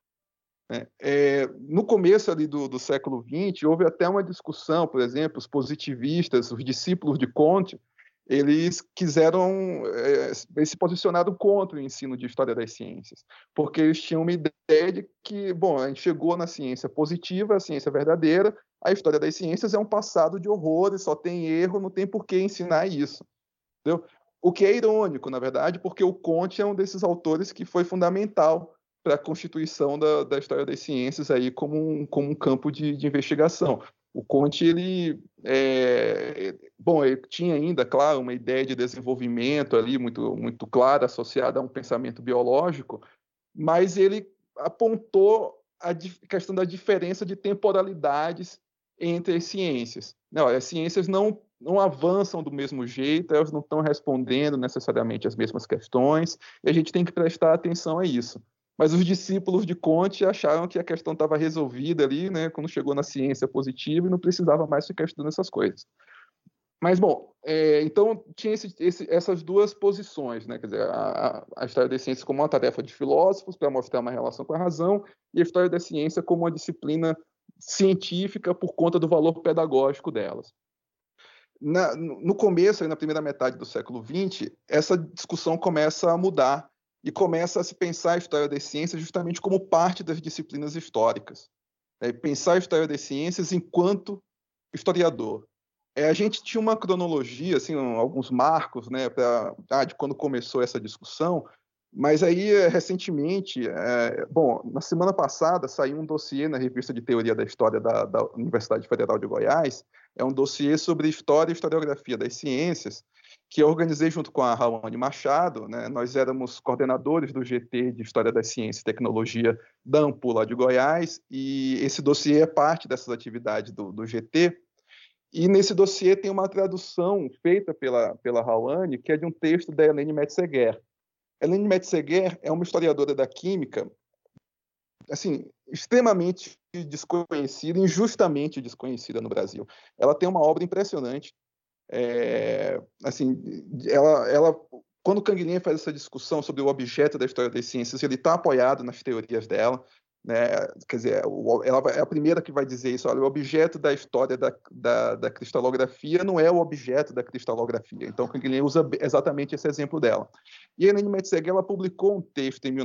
No começo ali do século XX, houve até uma discussão, por exemplo, os positivistas, os discípulos de Comte, eles se posicionaram contra o ensino de história das ciências, porque eles tinham uma ideia de que, bom, a gente chegou na ciência positiva, a ciência verdadeira, a história das ciências é um passado de horrores, só tem erro, não tem por que ensinar isso. Entendeu? O que é irônico, na verdade, porque o Comte é um desses autores que foi fundamental para a constituição da história das ciências aí como um campo de investigação. O Comte, ele tinha ainda, claro, uma ideia de desenvolvimento ali muito, muito clara, associada a um pensamento biológico, mas ele apontou a questão da diferença de temporalidades entre as ciências. Não, as ciências não avançam do mesmo jeito, elas não estão respondendo necessariamente as mesmas questões, e a gente tem que prestar atenção a isso. Mas os discípulos de Comte acharam que a questão estava resolvida ali, né, quando chegou na ciência positiva e não precisava mais ficar estudando essas coisas. Mas, bom, então tinha essas 2 posições, né, quer dizer, a história das ciências como uma tarefa de filósofos para mostrar uma relação com a razão e a história da ciência como uma disciplina científica por conta do valor pedagógico delas. No começo, na primeira metade do século XX, essa discussão começa a mudar e começa a se pensar a história das ciências justamente como parte das disciplinas históricas. Pensar a história das ciências enquanto historiador. A gente tinha uma cronologia, assim, alguns marcos, né, de quando começou essa discussão, mas aí, recentemente, na semana passada, saiu um dossiê na Revista de Teoria da História da Universidade Federal de Goiás, é um dossiê sobre história e historiografia das ciências, que eu organizei junto com a Rawane Machado, né? Nós éramos coordenadores do GT de História das Ciências e Tecnologia da AMPU, lá de Goiás, e esse dossiê é parte dessas atividades do GT. E nesse dossiê tem uma tradução feita pela Rawane, que é de um texto da Helene Metzeger. Helene Metzeger é uma historiadora da química, assim, extremamente desconhecida, injustamente desconhecida no Brasil. Ela tem uma obra impressionante. Assim, quando Canguilhem faz essa discussão sobre o objeto da história das ciências, ele está apoiado nas teorias dela, né? Quer dizer, ela é a primeira que vai dizer isso. Olha, o objeto da história da cristalografia não é o objeto da cristalografia. Então, Canguilhem usa exatamente esse exemplo dela. E a Helene Metzeger, ela publicou um texto em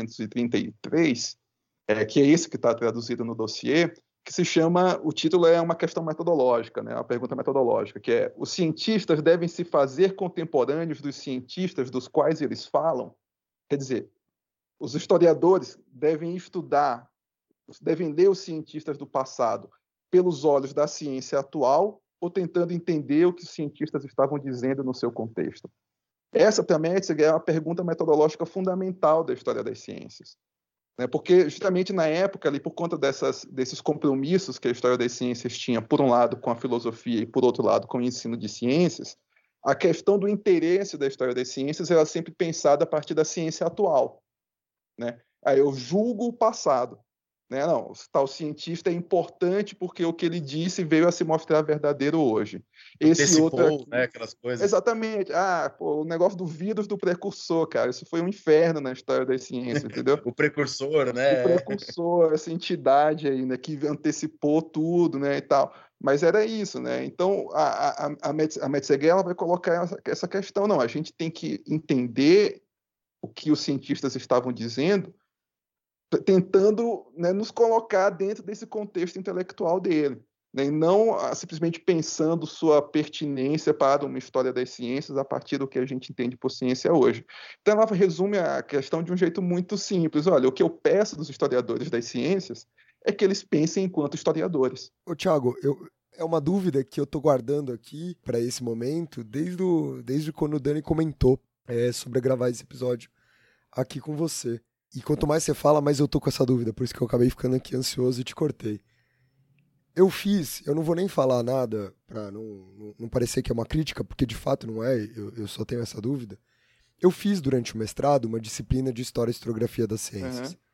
1933, que é esse que está traduzido no dossiê, que se chama, o título é uma questão metodológica, né? Uma pergunta metodológica, que é: os cientistas devem se fazer contemporâneos dos cientistas dos quais eles falam? Quer dizer, os historiadores devem estudar, devem ler os cientistas do passado pelos olhos da ciência atual ou tentando entender o que os cientistas estavam dizendo no seu contexto? Essa, para Metzeger, é uma pergunta metodológica fundamental da história das ciências. Porque, justamente na época, ali, por conta desses compromissos que a história das ciências tinha, por um lado, com a filosofia e, por outro lado, com o ensino de ciências, a questão do interesse da história das ciências era sempre pensada a partir da ciência atual, né? Aí eu julgo o passado, né? Não, tal cientista é importante porque o que ele disse veio a se mostrar verdadeiro hoje. Esse outro aqui, né, aquelas coisas. Exatamente. O negócio do vírus do precursor, cara, isso foi um inferno na história das ciências, entendeu? O precursor, né? O precursor, essa entidade aí, né, que antecipou tudo, né, e tal. Mas era isso, né? Então, a Metzeger, ela vai colocar essa questão. Não, a gente tem que entender o que os cientistas estavam dizendo, tentando, né, nos colocar dentro desse contexto intelectual dele, né, e não simplesmente pensando sua pertinência para uma história das ciências a partir do que a gente entende por ciência hoje. Então, ela resume a questão de um jeito muito simples. Olha, o que eu peço dos historiadores das ciências é que eles pensem enquanto historiadores. Ô, Thiago, é uma dúvida que eu estou guardando aqui para esse momento, desde quando o Dani comentou sobre gravar esse episódio aqui com você. E quanto mais você fala, mais eu tô com essa dúvida, por isso que eu acabei ficando aqui ansioso e te cortei. Eu não vou nem falar nada pra não parecer que é uma crítica, porque de fato não é, eu só tenho essa dúvida. Eu fiz durante o mestrado uma disciplina de História e Historiografia das Ciências. Uhum.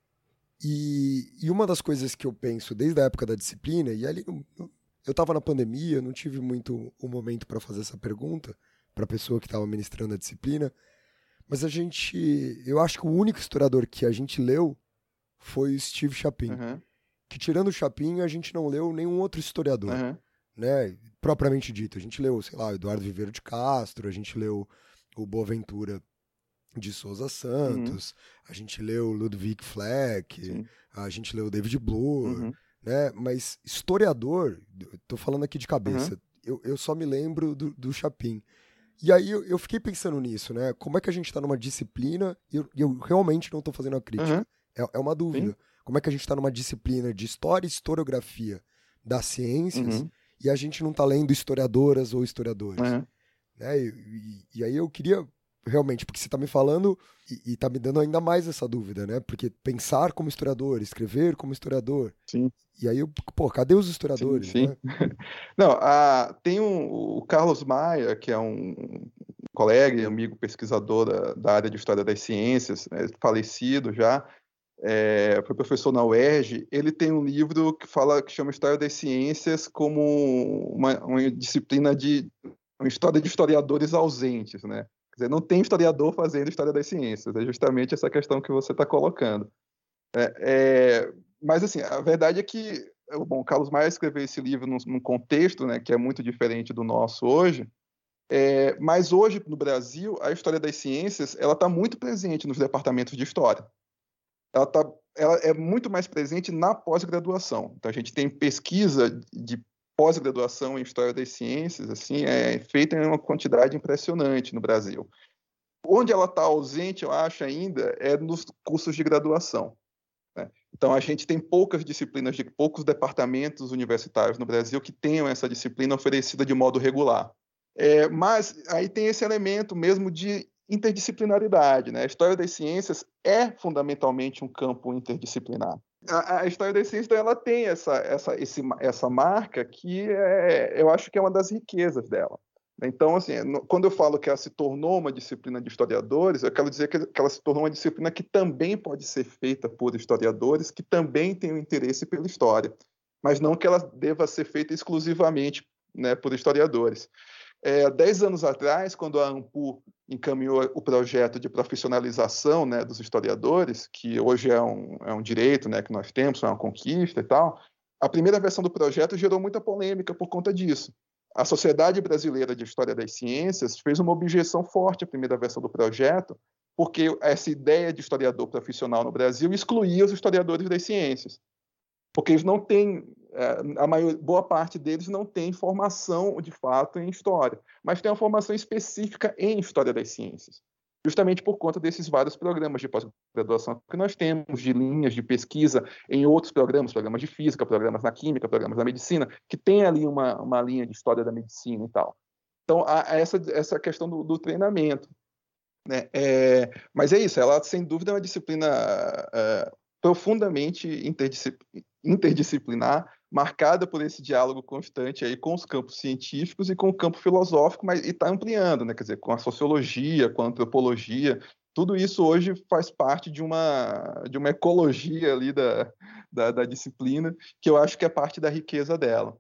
E uma das coisas que eu penso desde a época da disciplina, e ali eu tava na pandemia, não tive muito o momento para fazer essa pergunta pra pessoa que estava ministrando a disciplina, mas eu acho que o único historiador que a gente leu foi o Steve Chapin. Uhum. Que tirando o Chapin, a gente não leu nenhum outro historiador, Uhum. né? Propriamente dito. A gente leu, sei lá, o Eduardo Viveiro de Castro, a gente leu o Boaventura de Souza Santos, a gente leu Ludwig Fleck, Sim. a gente leu David Bloor, né? Mas historiador, tô falando aqui de cabeça, eu só me lembro do Chapin. E aí eu fiquei pensando nisso, né? Como é que a gente tá numa disciplina, e eu realmente não tô fazendo a crítica, é uma dúvida. Sim. Como é que a gente tá numa disciplina de história e historiografia das ciências e a gente não tá lendo historiadoras ou historiadores? Né? E aí eu queria, realmente, porque você tá me falando e tá me dando ainda mais essa dúvida, né? Porque pensar como historiador, escrever como historiador. Sim. E aí, cadê os historiadores? Sim. Né? Não, tem o Carlos Maia, que é um colega e amigo pesquisador da área de História das Ciências, né, falecido já, foi professor na UERJ. Ele tem um livro que chama História das Ciências como uma disciplina uma história de historiadores ausentes, né? Quer dizer, não tem historiador fazendo História das Ciências, é justamente essa questão que você está colocando. Mas, assim, a verdade é que, bom, Carlos Maia escreveu esse livro num contexto, né, que é muito diferente do nosso hoje, mas hoje, no Brasil, a história das ciências ela está muito presente nos departamentos de história. Ela é muito mais presente na pós-graduação. Então, a gente tem pesquisa de pós-graduação em História das Ciências assim, é feita em uma quantidade impressionante no Brasil. Onde ela está ausente, eu acho ainda, é nos cursos de graduação. Né? Então, a gente tem poucas disciplinas, poucos departamentos universitários no Brasil que tenham essa disciplina oferecida de modo regular. Mas aí tem esse elemento mesmo de interdisciplinaridade. Né? A História das Ciências é fundamentalmente um campo interdisciplinar. A História das Ciências ela tem essa marca que eu acho que é uma das riquezas dela. Então, assim, quando eu falo que ela se tornou uma disciplina de historiadores, eu quero dizer que ela se tornou uma disciplina que também pode ser feita por historiadores, que também têm um interesse pela história, mas não que ela deva ser feita exclusivamente, né, por historiadores. 10 anos atrás, quando a ANPU encaminhou o projeto de profissionalização, né, dos historiadores, que hoje é um direito, né, que nós temos, é uma conquista e tal, a primeira versão do projeto gerou muita polêmica por conta disso. A Sociedade Brasileira de História das Ciências fez uma objeção forte à primeira versão do projeto, porque essa ideia de historiador profissional no Brasil excluía os historiadores das ciências. Porque eles não têm, boa parte deles não tem formação, de fato, em história, mas tem uma formação específica em História das Ciências, justamente por conta desses vários programas de pós-graduação que nós temos, de linhas de pesquisa em outros programas de física, programas na química, programas na medicina, que tem ali uma linha de história da medicina e tal. Então, há essa questão do treinamento. Né? Mas é isso, ela, sem dúvida, é uma disciplina profundamente interdisciplinar, marcada por esse diálogo constante aí com os campos científicos e com o campo filosófico, mas está ampliando, né? Quer dizer, com a sociologia, com a antropologia, tudo isso hoje faz parte de uma ecologia ali da disciplina, que eu acho que é parte da riqueza dela.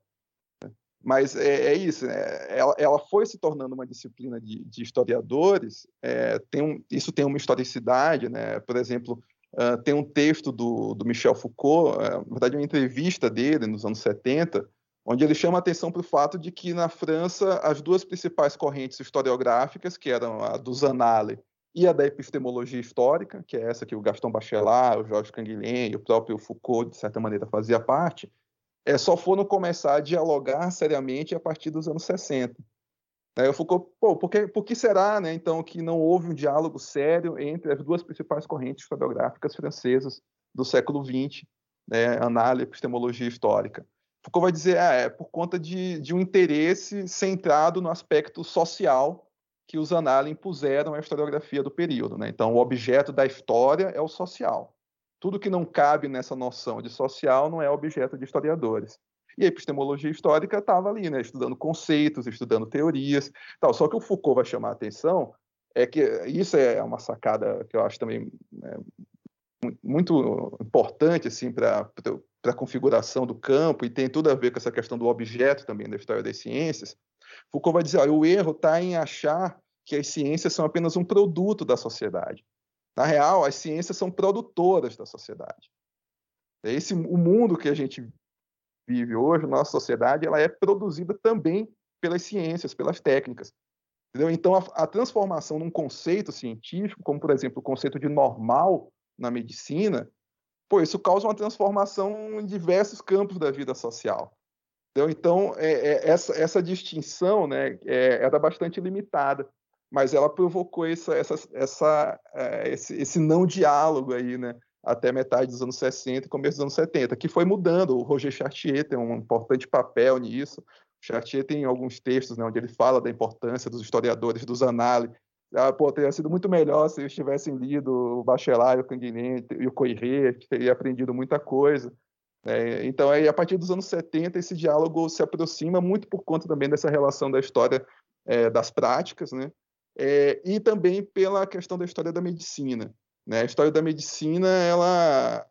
Mas é isso, ela foi se tornando uma disciplina de historiadores, isso tem uma historicidade, né? Por exemplo, tem um texto do Michel Foucault, na verdade uma entrevista dele nos anos 70, onde ele chama a atenção para o fato de que na França as duas principais correntes historiográficas, que eram a dos Annales e a da epistemologia histórica, que é essa que o Gaston Bachelard, o Georges Canguilhem e o próprio Foucault, de certa maneira, fazia parte, só foram começar a dialogar seriamente a partir dos anos 60. Eu Foucault, por que será, né, então, que não houve um diálogo sério entre as duas principais correntes historiográficas francesas do século XX, né, Annales e epistemologia histórica? Foucault vai dizer, por conta de um interesse centrado no aspecto social que os Annales impuseram à historiografia do período. Né? Então, o objeto da história é o social. Tudo que não cabe nessa noção de social não é objeto de historiadores. E a epistemologia histórica estava ali, né, estudando conceitos, estudando teorias, tal. Só que o Foucault vai chamar a atenção é que isso é uma sacada que eu acho também muito importante assim, para a configuração do campo, e tem tudo a ver com essa questão do objeto também da história das ciências. Foucault vai dizer, olha, o erro está em achar que as ciências são apenas um produto da sociedade. Na real, as ciências são produtoras da sociedade. O mundo que a gente vive hoje, nossa sociedade, ela é produzida também pelas ciências, pelas técnicas. Entendeu? Então, a transformação num conceito científico, como, por exemplo, o conceito de normal na medicina, isso causa uma transformação em diversos campos da vida social. Entendeu? Então, essa distinção, né, era bastante limitada, mas ela provocou esse não diálogo aí, né, até metade dos anos 60 e começo dos anos 70, que foi mudando. O Roger Chartier tem um importante papel nisso. O Chartier tem alguns textos, né, onde ele fala da importância dos historiadores, dos Annales. Teria sido muito melhor se eles tivessem lido o Bachelard, o Canguilhem e o Coiré, que teria aprendido muita coisa. Então, a partir dos anos 70, esse diálogo se aproxima muito por conta também dessa relação da história das práticas, né? E também pela questão da história da medicina. A história da medicina, ela,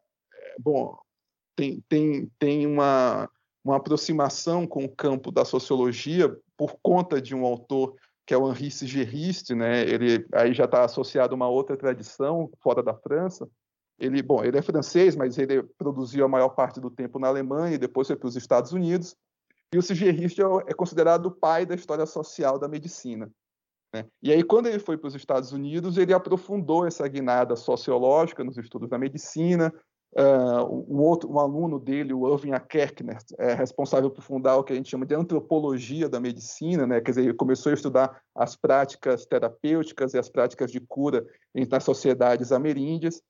tem uma aproximação com o campo da sociologia por conta de um autor que é o Henri Sigerist, né? Ele aí já está associado a uma outra tradição fora da França. Ele é francês, mas ele produziu a maior parte do tempo na Alemanha e depois foi para os Estados Unidos. E o Sigerist é considerado o pai da história social da medicina. Né? E aí, quando ele foi para os Estados Unidos, ele aprofundou essa guinada sociológica nos estudos da medicina, Um aluno dele, o Irving A. Kerkner, é responsável por fundar o que a gente chama de antropologia da medicina, né? Quer dizer, ele começou a estudar as práticas terapêuticas e as práticas de cura nas sociedades ameríndias.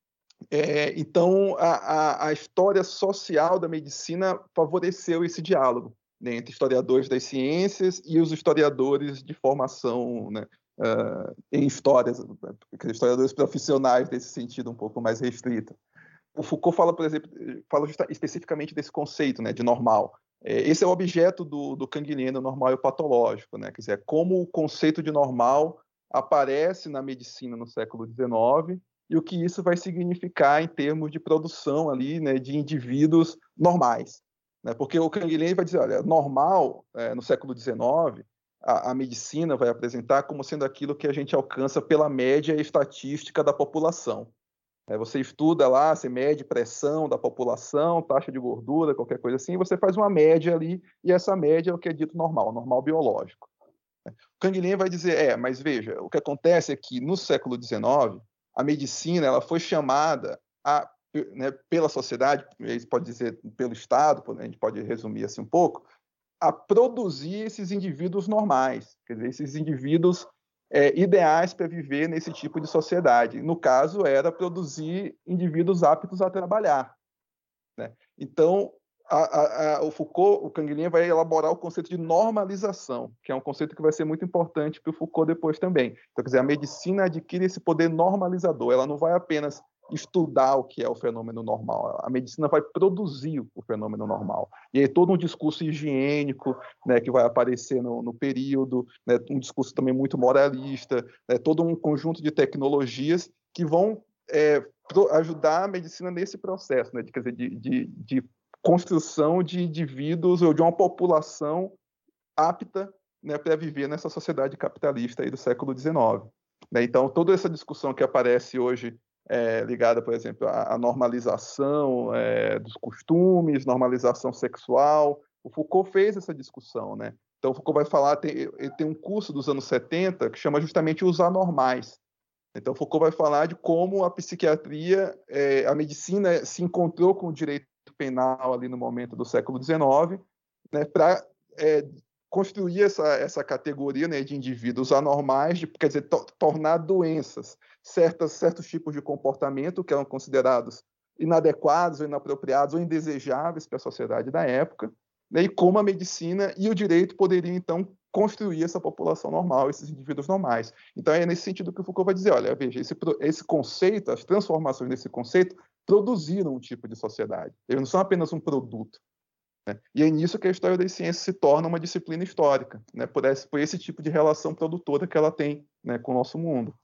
Então, a história social da medicina favoreceu esse diálogo, né, entre historiadores das ciências e os historiadores de formação, né, em histórias, historiadores profissionais nesse sentido um pouco mais restrito. O Foucault fala, por exemplo, especificamente desse conceito, né, de normal. Esse é o objeto do Canguilhem, normal e o patológico, né? Quer dizer, como o conceito de normal aparece na medicina no século XIX e o que isso vai significar em termos de produção ali, né, de indivíduos normais, né? Porque o Canguilhem vai dizer, olha, normal, no século XIX, a medicina vai apresentar como sendo aquilo que a gente alcança pela média estatística da população. Você estuda lá, você mede pressão da população, taxa de gordura, qualquer coisa assim, você faz uma média ali, e essa média é o que é dito normal biológico. O Canguilhem vai dizer, mas veja, o que acontece é que no século XIX, a medicina ela foi chamada pela sociedade, a gente pode dizer pelo Estado, a gente pode resumir assim um pouco, a produzir esses indivíduos normais, quer dizer, esses indivíduos ideais para viver nesse tipo de sociedade. No caso, era produzir indivíduos aptos a trabalhar, né? Então, o Foucault, o Canguilhem, vai elaborar o conceito de normalização, que é um conceito que vai ser muito importante para o Foucault depois também. Então, quer dizer, a medicina adquire esse poder normalizador, ela não vai apenas estudar o que é o fenômeno normal, a medicina vai produzir o fenômeno normal. E aí todo um discurso higiênico, né, que vai aparecer no período, né, um discurso também muito moralista, né, todo um conjunto de tecnologias que vão ajudar a medicina nesse processo, né, quer dizer, de construção de indivíduos ou de uma população apta, né, para viver nessa sociedade capitalista aí do século XIX. Né? Então, toda essa discussão que aparece hoje ligada, por exemplo, à normalização dos costumes, normalização sexual. O Foucault fez essa discussão, né? Então, o Foucault vai falar, ele tem um curso dos anos 70 que chama justamente Os Anormais. Então, Foucault vai falar de como a psiquiatria, a medicina se encontrou com o direito penal ali no momento do século XIX, né, para construir essa categoria, né, de indivíduos anormais, quer dizer, tornar doenças certos tipos de comportamento que eram considerados inadequados, ou inapropriados, ou indesejáveis para a sociedade da época, né, e como a medicina e o direito poderiam, então, construir essa população normal, esses indivíduos normais. Então, é nesse sentido que o Foucault vai dizer, olha, veja, esse conceito, as transformações desse conceito produziram um tipo de sociedade. Eles não são apenas um produto. Né? E é nisso que a história das ciências se torna uma disciplina histórica, né? Por esse tipo de relação produtora que ela tem, né, com o nosso mundo.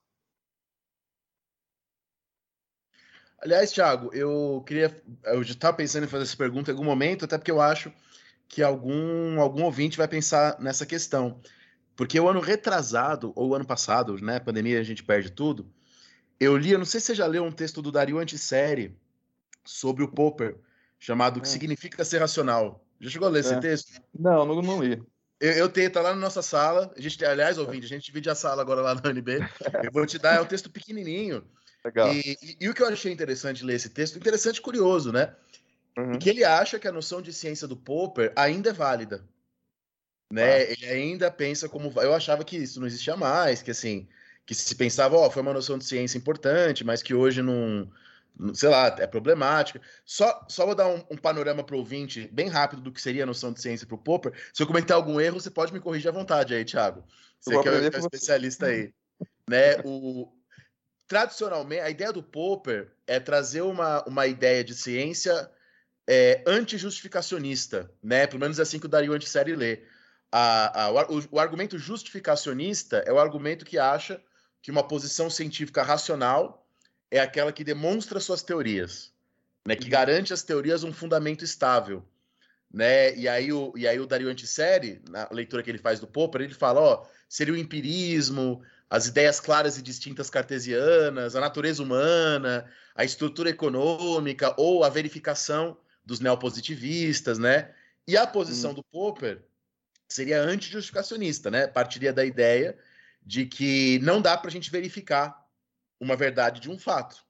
Aliás, Thiago, eu já estava pensando em fazer essa pergunta em algum momento, até porque eu acho que algum ouvinte vai pensar nessa questão. Porque o ano retrasado, ou o ano passado, né, pandemia, a gente perde tudo, eu não sei se você já leu um texto do Dario Antiseri sobre o Popper, chamado O que Significa Ser Racional. Já chegou a ler esse texto? Não li. Eu tenho, tá lá na nossa sala. Aliás, ouvinte, a gente divide a sala agora lá na UNB. Eu vou te dar, é um texto pequenininho. Legal. E o que eu achei interessante ler esse texto, interessante e curioso, né? E que ele acha que a noção de ciência do Popper ainda é válida. Né? Ele ainda pensa como... Eu achava que isso não existia mais, que assim, que se pensava, foi uma noção de ciência importante, mas que hoje não sei lá, é problemática. Só vou dar um panorama para o ouvinte bem rápido do que seria a noção de ciência para o Popper. Se eu comentar algum erro, você pode me corrigir à vontade aí, Thiago. Você que é o especialista aí. Né? Tradicionalmente, a ideia do Popper é trazer uma ideia de ciência anti-justificacionista, né? Pelo menos é assim que o Dario Antiseri lê. O argumento justificacionista é o argumento que acha que uma posição científica racional é aquela que demonstra suas teorias, né? Que garante às teorias um fundamento estável. Né? E aí o Dario Antiseri, na leitura que ele faz do Popper, ele fala, seria o empirismo, as ideias claras e distintas cartesianas, a natureza humana, a estrutura econômica ou a verificação dos neopositivistas, né? E a posição do Popper seria anti-justificacionista, né? Partiria da ideia de que não dá para a gente verificar uma verdade de um fato,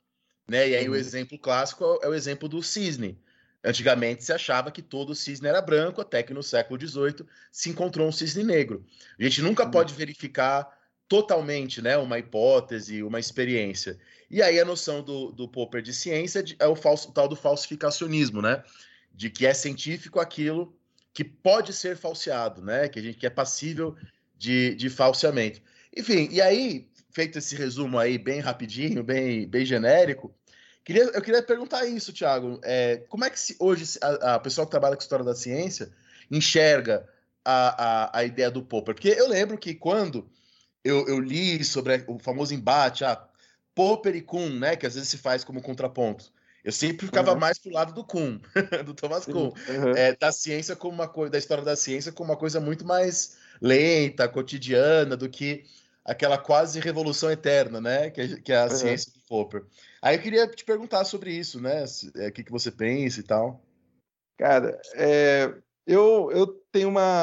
né? E aí o exemplo clássico é o exemplo do cisne. Antigamente se achava que todo cisne era branco, até que no século XVIII se encontrou um cisne negro. A gente nunca pode verificar totalmente, né, uma hipótese, uma experiência. E aí a noção do Popper de ciência é o tal do falsificacionismo, né? De que é científico aquilo que pode ser falseado, né? Que é passível de falseamento. Enfim, e aí, feito esse resumo aí bem rapidinho, bem genérico, eu queria perguntar isso, Thiago. Como é que hoje a pessoa que trabalha com história da ciência enxerga a ideia do Popper? Porque eu lembro que quando eu li sobre o famoso embate, Popper e Kuhn, né, que às vezes se faz como contraponto, eu sempre ficava mais pro lado do Kuhn, do Thomas Kuhn, da ciência como uma coisa, da história da ciência como uma coisa muito mais lenta, cotidiana, do que aquela quase revolução eterna, né, que é a ciência do Popper. Aí eu queria te perguntar sobre isso, né, o que você pensa e tal. Cara, eu tenho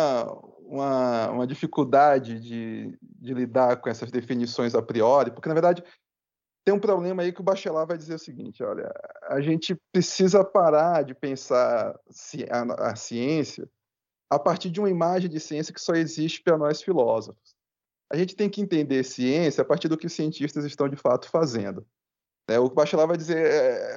uma dificuldade de lidar com essas definições a priori, porque, na verdade, tem um problema aí que o Bachelard vai dizer o seguinte, olha, a gente precisa parar de pensar a ciência a partir de uma imagem de ciência que só existe para nós filósofos. A gente tem que entender ciência a partir do que os cientistas estão, de fato, fazendo. O Bachelard vai dizer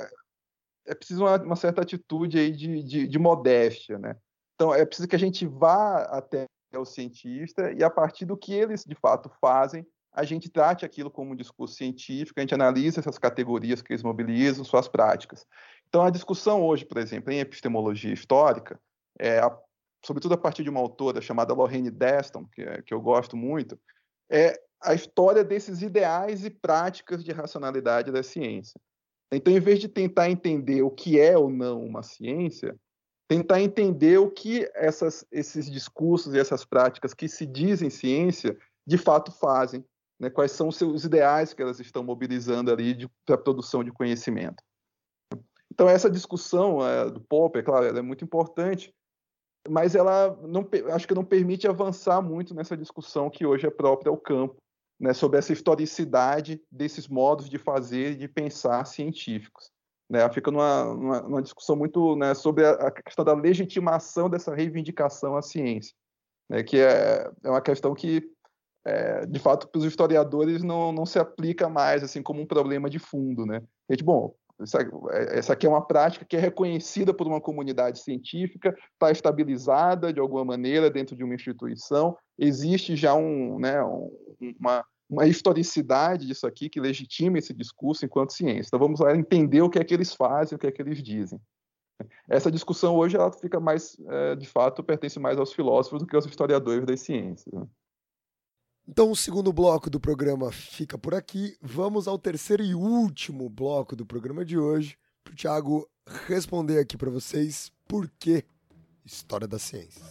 é preciso uma certa atitude aí de modéstia, né? Então, é preciso que a gente vá até o cientista e, a partir do que eles, de fato, fazem, a gente trate aquilo como um discurso científico, a gente analisa essas categorias que eles mobilizam, suas práticas. Então, a discussão hoje, por exemplo, em epistemologia histórica, sobretudo a partir de uma autora chamada Lorraine Daston, que eu gosto muito, é a história desses ideais e práticas de racionalidade da ciência. Então, em vez de tentar entender o que é ou não uma ciência, tentar entender o que esses discursos e essas práticas que se dizem ciência, de fato fazem, né? Quais são os ideais que elas estão mobilizando ali para a produção de conhecimento. Então, essa discussão do Popper, claro, ela é muito importante, mas ela acho que não permite avançar muito nessa discussão que hoje é própria ao campo, né, sobre essa historicidade desses modos de fazer e de pensar científicos. Né? Ela fica numa discussão muito, né, sobre a questão da legitimação dessa reivindicação à ciência, né, que é uma questão que, de fato, para os historiadores não se aplica mais assim como um problema de fundo. Né? A gente, bom, essa aqui é uma prática que é reconhecida por uma comunidade científica, está estabilizada de alguma maneira dentro de uma instituição, existe já uma historicidade disso aqui que legitima esse discurso enquanto ciência. Então vamos lá entender o que é que eles fazem, o que é que eles dizem. Essa discussão hoje ela fica mais, de fato, pertence mais aos filósofos do que aos historiadores das ciências. Né? Então, o segundo bloco do programa fica por aqui. Vamos ao terceiro e último bloco do programa de hoje, para o Thiago responder aqui para vocês por que História da Ciência.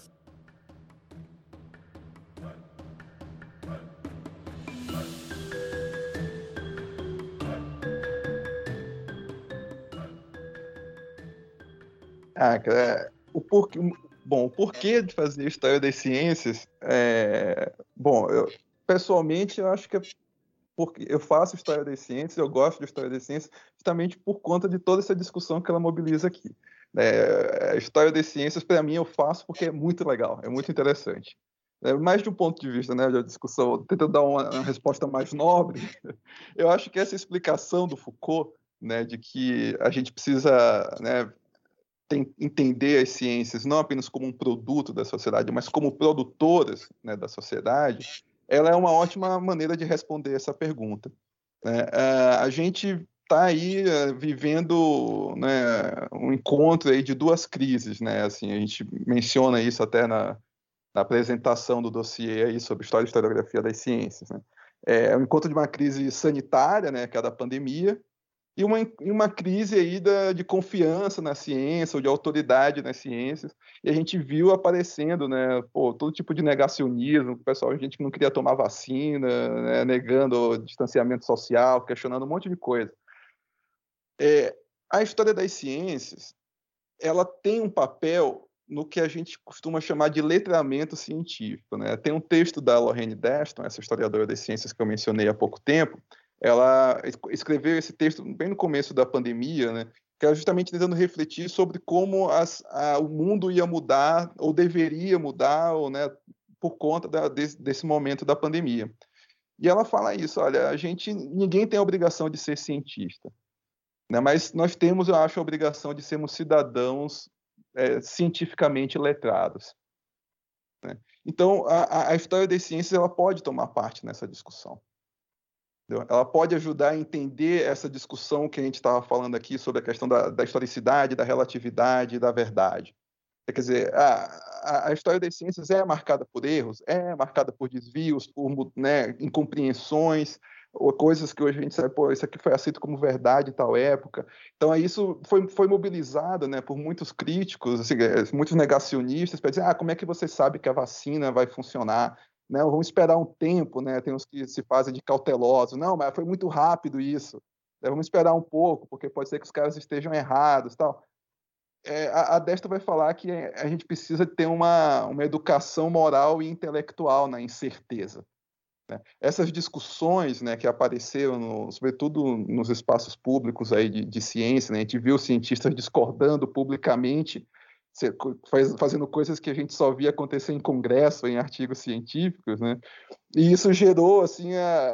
Cara, o porquê de fazer História das Ciências, pessoalmente, eu acho que porque eu faço História das Ciências, eu gosto de História das Ciências, justamente por conta de toda essa discussão que ela mobiliza aqui. A História das Ciências, para mim, eu faço porque é muito legal, é muito interessante. Mais de um ponto de vista, né, da discussão, tentando dar uma resposta mais nobre, eu acho que essa explicação do Foucault, né, de que a gente precisa, né, entender as ciências não apenas como um produto da sociedade, mas como produtoras, né, da sociedade, ela é uma ótima maneira de responder essa pergunta. Né? A gente está aí vivendo, né, um encontro aí de duas crises. Né? Assim, a gente menciona isso até na apresentação do dossiê aí sobre História e Historiografia das Ciências. Né? É o encontro de uma crise sanitária, né, que é a da pandemia, e uma crise aí de confiança na ciência, ou de autoridade nas ciências, e a gente viu aparecendo, né, todo tipo de negacionismo, o pessoal, gente que não queria tomar vacina, né, negando o distanciamento social, questionando um monte de coisa. A história das ciências, ela tem um papel no que a gente costuma chamar de letramento científico. Né? Tem um texto da Lorraine Daston, essa historiadora das ciências que eu mencionei há pouco tempo, ela escreveu esse texto bem no começo da pandemia, né, que era justamente tentando refletir sobre como o mundo ia mudar, ou deveria mudar, ou, né, por conta desse momento da pandemia. E ela fala isso, olha, ninguém tem a obrigação de ser cientista, né, mas nós temos, eu acho, a obrigação de sermos cidadãos cientificamente letrados, né? Então, a história das ciências ela pode tomar parte nessa discussão. Entendeu? Ela pode ajudar a entender essa discussão que a gente estava falando aqui sobre a questão da historicidade, da relatividade, da verdade. Quer dizer, a história das ciências é marcada por erros, é marcada por desvios, por, né, incompreensões, ou coisas que hoje a gente sabe, pô, isso aqui foi aceito como verdade em tal época. Então, isso foi mobilizado, né, por muitos críticos, assim, muitos negacionistas, para dizer, como é que você sabe que a vacina vai funcionar? Né, vamos esperar um tempo, né? Tem uns que se fazem de cautelosos. Não, mas foi muito rápido isso. Vamos esperar um pouco, porque pode ser que os caras estejam errados, tal. A Desta vai falar que a gente precisa ter uma educação moral e intelectual na incerteza, né? Essas discussões, né, que apareceram, sobretudo nos espaços públicos aí de ciência, né, a gente viu cientistas discordando publicamente, fazendo coisas que a gente só via acontecer em congresso, em artigos científicos, né? E isso gerou assim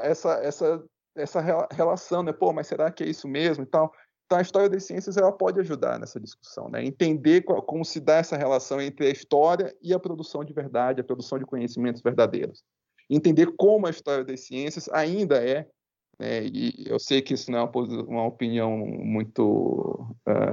essa relação, né? Pô, mas será que é isso mesmo e tal? Então a história das ciências ela pode ajudar nessa discussão, né? Entender como se dá essa relação entre a história e a produção de verdade, a produção de conhecimentos verdadeiros. Entender como a história das ciências ainda é, né? E eu sei que isso não é uma opinião muito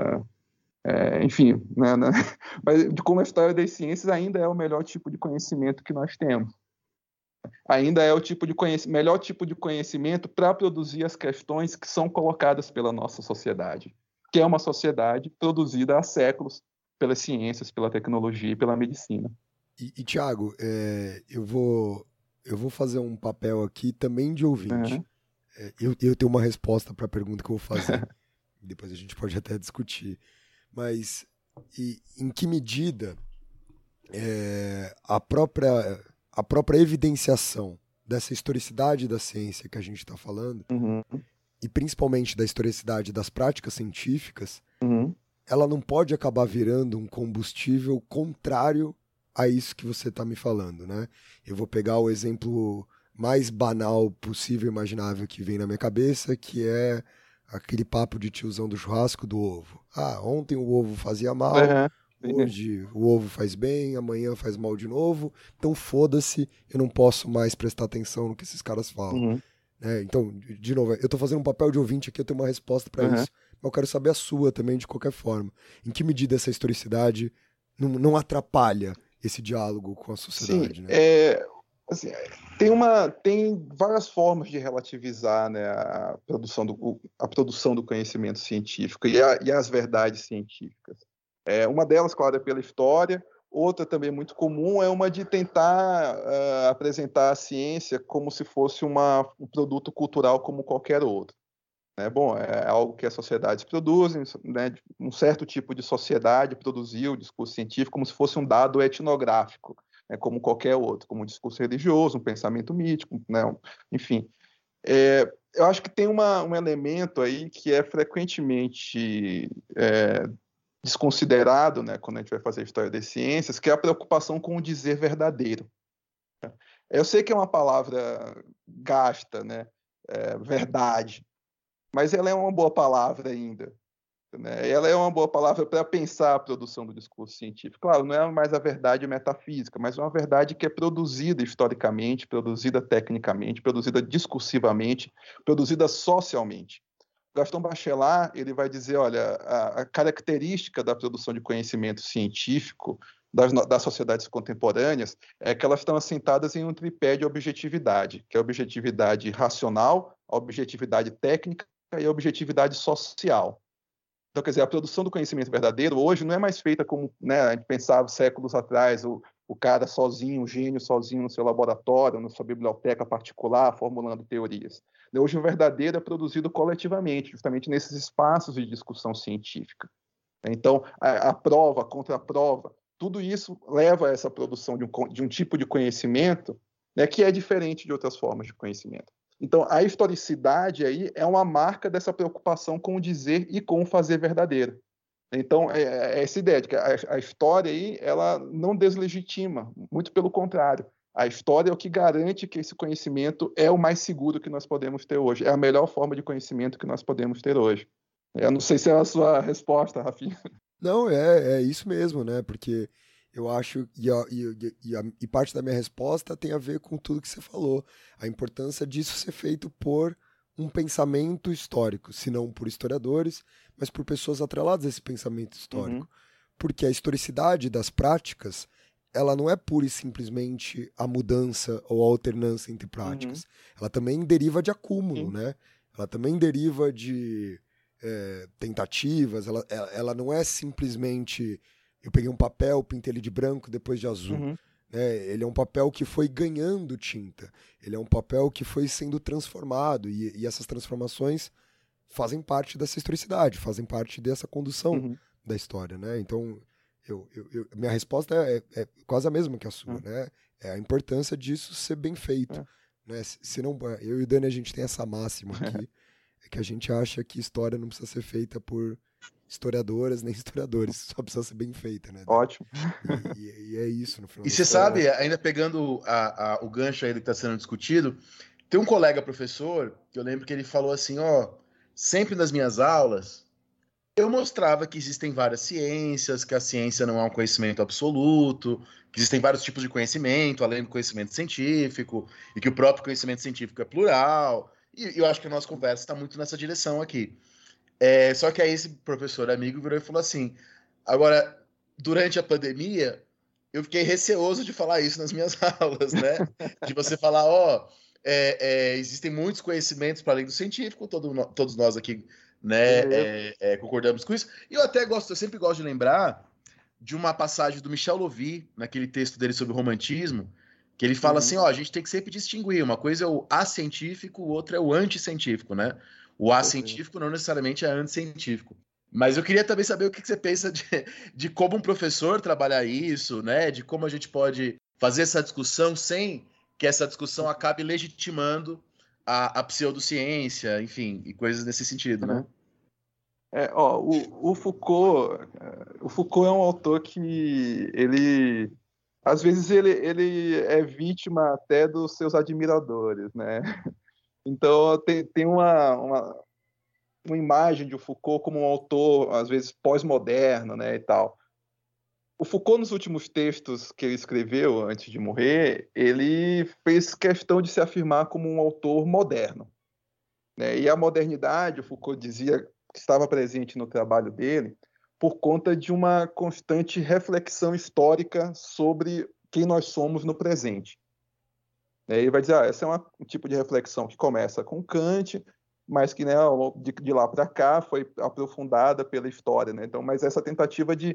enfim, né, mas de como a história das ciências ainda é o melhor tipo de conhecimento que nós temos. Ainda é o melhor tipo de conhecimento para produzir as questões que são colocadas pela nossa sociedade, que é uma sociedade produzida há séculos pelas ciências, pela tecnologia e pela medicina. E Thiago, eu vou fazer um papel aqui também de ouvinte. Uhum. Eu tenho uma resposta para a pergunta que eu vou fazer. Depois a gente pode até discutir. Mas em que medida a própria evidenciação dessa historicidade da ciência que a gente está falando, e principalmente da historicidade das práticas científicas, ela não pode acabar virando um combustível contrário a isso que você está me falando, né? Eu vou pegar o exemplo mais banal possível e imaginável que vem na minha cabeça, que é aquele papo de tiozão do churrasco do ovo. Ontem o ovo fazia mal, hoje o ovo faz bem, amanhã faz mal de novo, então foda-se, eu não posso mais prestar atenção no que esses caras falam. Então, de novo, eu tô fazendo um papel de ouvinte aqui, eu tenho uma resposta para isso, mas eu quero saber a sua também, de qualquer forma. Em que medida essa historicidade não atrapalha esse diálogo com a sociedade? Sim, né? Assim, tem várias formas de relativizar, né, a produção do conhecimento científico e as verdades científicas. Uma delas, claro, é pela história. Outra também muito comum é uma de tentar apresentar a ciência como se fosse um produto cultural como qualquer outro. Bom, é algo que as sociedades produzem, né, um certo tipo de sociedade produziu o discurso científico como se fosse um dado etnográfico, como qualquer outro, como um discurso religioso, um pensamento mítico, né? Enfim. Eu acho que tem um elemento aí que é frequentemente desconsiderado, né, quando a gente vai fazer a história das ciências, que é a preocupação com o dizer verdadeiro. Eu sei que é uma palavra gasta, né, verdade, mas ela é uma boa palavra ainda. Né? Ela é uma boa palavra para pensar a produção do discurso científico. Claro, não é mais a verdade metafísica, mas uma verdade que é produzida historicamente, produzida tecnicamente, produzida discursivamente, produzida socialmente. Gaston Bachelard ele vai dizer, olha, a característica da produção de conhecimento científico das sociedades contemporâneas é que elas estão assentadas em um tripé de objetividade, que é a objetividade racional, a objetividade técnica e a objetividade social. Então, quer dizer, a produção do conhecimento verdadeiro hoje não é mais feita como, né, a gente pensava séculos atrás, o cara sozinho, o gênio sozinho no seu laboratório, na sua biblioteca particular, formulando teorias. Hoje o verdadeiro é produzido coletivamente, justamente nesses espaços de discussão científica. Então, a prova, a contraprova, tudo isso leva a essa produção de um tipo de conhecimento, né, que é diferente de outras formas de conhecimento. Então, a historicidade aí é uma marca dessa preocupação com o dizer e com o fazer verdadeiro. Então, é essa ideia de que a história aí, ela não deslegitima, muito pelo contrário. A história é o que garante que esse conhecimento é o mais seguro que nós podemos ter hoje. É a melhor forma de conhecimento que nós podemos ter hoje. Eu não sei se é a sua resposta, Rafinha. Não, é isso mesmo, né? Porque eu acho, e parte da minha resposta tem a ver com tudo que você falou. A importância disso ser feito por um pensamento histórico, se não por historiadores, mas por pessoas atreladas a esse pensamento histórico. Porque a historicidade das práticas, ela não é pura e simplesmente a mudança ou a alternância entre práticas. Ela também deriva de acúmulo, né? Ela também deriva de tentativas, ela não é simplesmente eu peguei um papel, pintei ele de branco, depois de azul. Ele é um papel que foi ganhando tinta, ele é um papel que foi sendo transformado, e essas transformações fazem parte dessa historicidade, fazem parte dessa condução da história, né? Então, minha resposta é quase a mesma que a sua, né? É a importância disso ser bem feito, né? Senão, eu e o Dani, a gente tem essa máxima aqui, é que a gente acha que história não precisa ser feita por historiadoras nem historiadores, só precisa ser bem feita, né? Ótimo. E é isso, no final. E você sabe, ainda pegando o gancho aí do que está sendo discutido, tem um colega professor que eu lembro que ele falou assim, sempre nas minhas aulas eu mostrava que existem várias ciências, que a ciência não é um conhecimento absoluto, que existem vários tipos de conhecimento, além do conhecimento científico, e que o próprio conhecimento científico é plural, e eu acho que a nossa conversa está muito nessa direção aqui. Só que aí esse professor amigo virou e falou assim, agora, durante a pandemia, eu fiquei receoso de falar isso nas minhas aulas, né? De você falar, existem muitos conhecimentos para além do científico, todos nós aqui, né, concordamos com isso. E eu sempre gosto de lembrar de uma passagem do Michel Louvi, naquele texto dele sobre o romantismo, que ele fala assim, a gente tem que sempre distinguir, uma coisa é o acientífico, o outro é o anticientífico, né? O acientífico não necessariamente é anticientífico. Mas eu queria também saber o que você pensa de como um professor trabalhar isso, né? De como a gente pode fazer essa discussão sem que essa discussão acabe legitimando a pseudociência, enfim, e coisas nesse sentido, né? O Foucault é um autor que ele às vezes ele é vítima até dos seus admiradores, né? Então tem uma imagem de Foucault como um autor, às vezes, pós-moderno, né, e tal. O Foucault, nos últimos textos que ele escreveu antes de morrer, ele fez questão de se afirmar como um autor moderno, né? E a modernidade, o Foucault dizia que estava presente no trabalho dele por conta de uma constante reflexão histórica sobre quem nós somos no presente. Ele vai dizer, essa é um tipo de reflexão que começa com Kant, mas que, né, de lá para cá foi aprofundada pela história, né? Então, mas essa tentativa de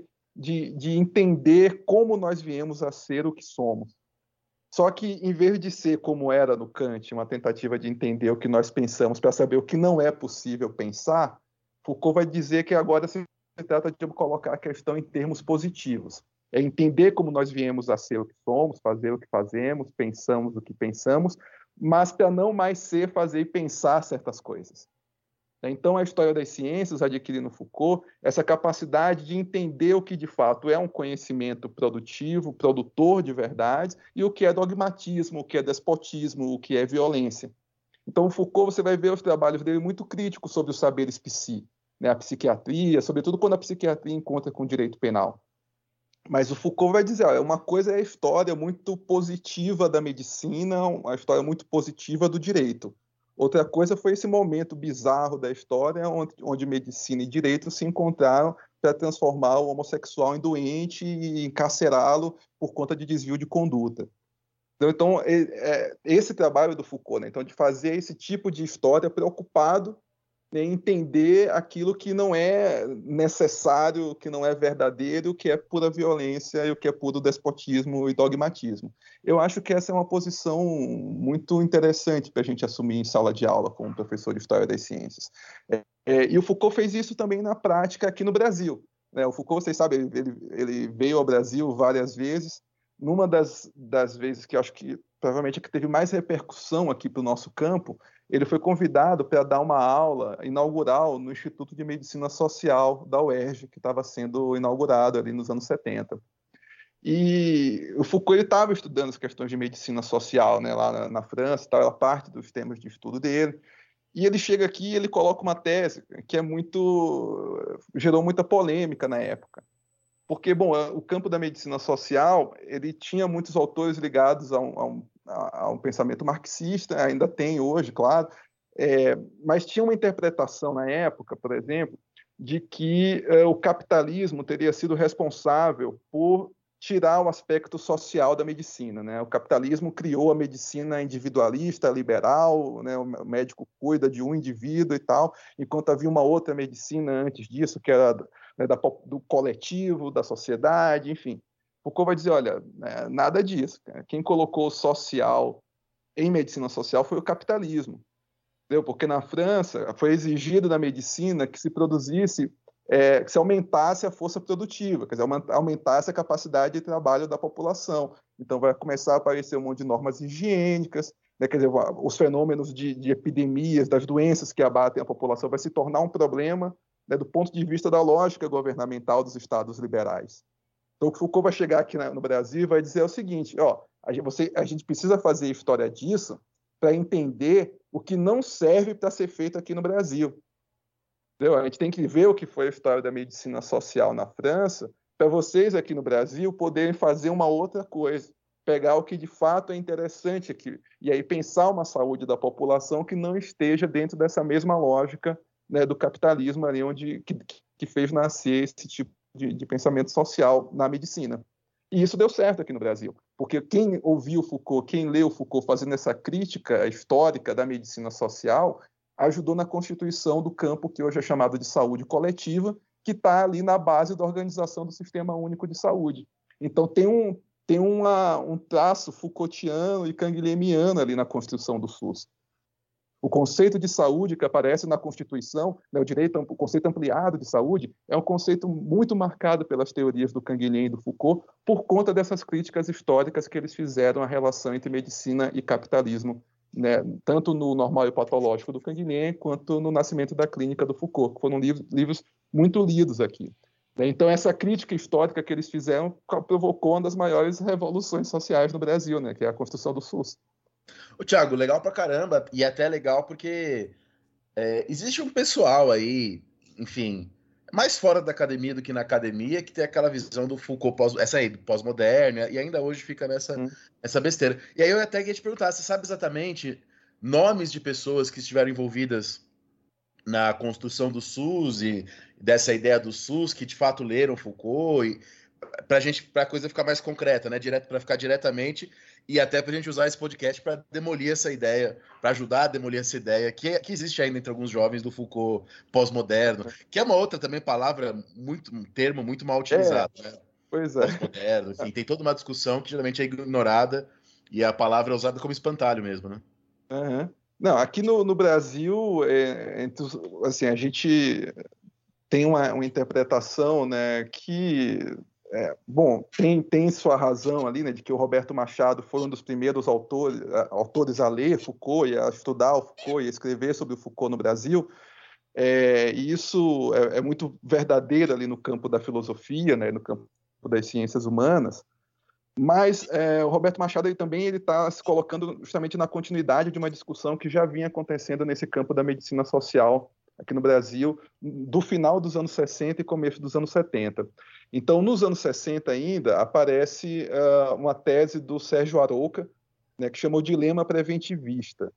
entender como nós viemos a ser o que somos. Só que, em vez de ser como era no Kant, uma tentativa de entender o que nós pensamos para saber o que não é possível pensar, Foucault vai dizer que agora se trata de colocar a questão em termos positivos. É entender como nós viemos a ser o que somos, fazer o que fazemos, pensamos o que pensamos, mas para não mais ser, fazer e pensar certas coisas. Então, a história das ciências adquire no Foucault essa capacidade de entender o que, de fato, é um conhecimento produtivo, produtor de verdades, e o que é dogmatismo, o que é despotismo, o que é violência. Então, o Foucault, você vai ver os trabalhos dele muito críticos sobre os saberes psi, né, a psiquiatria, sobretudo quando a psiquiatria encontra com o direito penal. Mas o Foucault vai dizer, uma coisa é a história muito positiva da medicina, uma história muito positiva do direito. Outra coisa foi esse momento bizarro da história onde medicina e direito se encontraram para transformar o homossexual em doente e encarcerá-lo por conta de desvio de conduta. Então esse trabalho do Foucault, né? Então, de fazer esse tipo de história preocupado em entender aquilo que não é necessário, que não é verdadeiro, que é pura violência e o que é puro despotismo e dogmatismo. Eu acho que essa é uma posição muito interessante para a gente assumir em sala de aula como professor de História das Ciências. E o Foucault fez isso também na prática aqui no Brasil, né? O Foucault, vocês sabem, ele veio ao Brasil várias vezes. Numa das vezes que eu acho que, provavelmente a que teve mais repercussão aqui para o nosso campo, ele foi convidado para dar uma aula inaugural no Instituto de Medicina Social da UERJ, que estava sendo inaugurado ali nos anos 70. E o Foucault estava estudando as questões de medicina social, né, lá na França, era parte dos temas de estudo dele. E ele chega aqui e ele coloca uma tese que gerou muita polêmica na época. Porque, bom, o campo da medicina social, ele tinha muitos autores ligados a um pensamento marxista, ainda tem hoje, claro, mas tinha uma interpretação na época, por exemplo, de que o capitalismo teria sido responsável por tirar o aspecto social da medicina, né? O capitalismo criou a medicina individualista, liberal, né? O médico cuida de um indivíduo e tal, enquanto havia uma outra medicina antes disso, que era, né, do coletivo, da sociedade, enfim. Foucault vai dizer, olha, nada disso. Quem colocou o social em medicina social foi o capitalismo. Entendeu? Porque na França foi exigido da medicina que se produzisse, que se aumentasse a força produtiva, quer dizer, aumentasse a capacidade de trabalho da população. Então vai começar a aparecer um monte de normas higiênicas, né? Quer dizer, os fenômenos de epidemias, das doenças que abatem a população vai se tornar um problema, né, do ponto de vista da lógica governamental dos estados liberais. Então o Foucault vai chegar aqui no Brasil e vai dizer o seguinte, a gente precisa fazer história disso para entender o que não serve para ser feito aqui no Brasil. Entendeu? A gente tem que ver o que foi a história da medicina social na França, para vocês aqui no Brasil poderem fazer uma outra coisa, pegar o que de fato é interessante aqui, e aí pensar uma saúde da população que não esteja dentro dessa mesma lógica, né, do capitalismo ali que fez nascer esse tipo de pensamento social na medicina. E isso deu certo aqui no Brasil, porque quem ouviu Foucault, quem leu Foucault fazendo essa crítica histórica da medicina social, ajudou na constituição do campo que hoje é chamado de saúde coletiva, que está ali na base da organização do Sistema Único de Saúde. Então tem um traço Foucaultiano e canguilhemiano ali na construção do SUS. O conceito de saúde que aparece na Constituição, né, o conceito ampliado de saúde, é um conceito muito marcado pelas teorias do Canguilhem e do Foucault, por conta dessas críticas históricas que eles fizeram à relação entre medicina e capitalismo, né, tanto no Normal e Patológico do Canguilhem, quanto no Nascimento da Clínica do Foucault, que foram livros muito lidos aqui. Então, essa crítica histórica que eles fizeram provocou uma das maiores revoluções sociais no Brasil, né, que é a construção do SUS. Ô, Thiago, legal pra caramba, e até legal porque existe um pessoal aí, enfim, mais fora da academia do que na academia, que tem aquela visão do Foucault pós-moderna, e ainda hoje fica nessa besteira. E aí eu até queria te perguntar, você sabe exatamente nomes de pessoas que estiveram envolvidas na construção do SUS e dessa ideia do SUS, que de fato leram Foucault, para a coisa ficar mais concreta, né? Para ficar diretamente, e até para a gente usar esse podcast para demolir essa ideia, para ajudar a demolir essa ideia que existe ainda entre alguns jovens do Foucault pós-moderno, que é uma outra também palavra, um termo muito mal utilizado, né? Pois é. Pós-moderno, enfim, tem toda uma discussão que geralmente é ignorada e a palavra é usada como espantalho mesmo, né? Uhum. Não, aqui no Brasil, assim, a gente tem uma interpretação, né, que bom, tem sua razão ali, né, de que o Roberto Machado foi um dos primeiros autores a ler Foucault e a estudar o Foucault e a escrever sobre o Foucault no Brasil, e isso é muito verdadeiro ali no campo da filosofia, né, no campo das ciências humanas, mas o Roberto Machado ele está se colocando justamente na continuidade de uma discussão que já vinha acontecendo nesse campo da medicina social aqui no Brasil, do final dos anos 60 e começo dos anos 70. Então, nos anos 60 ainda, aparece uma tese do Sérgio Arouca, né, que chamou Dilema Preventivista.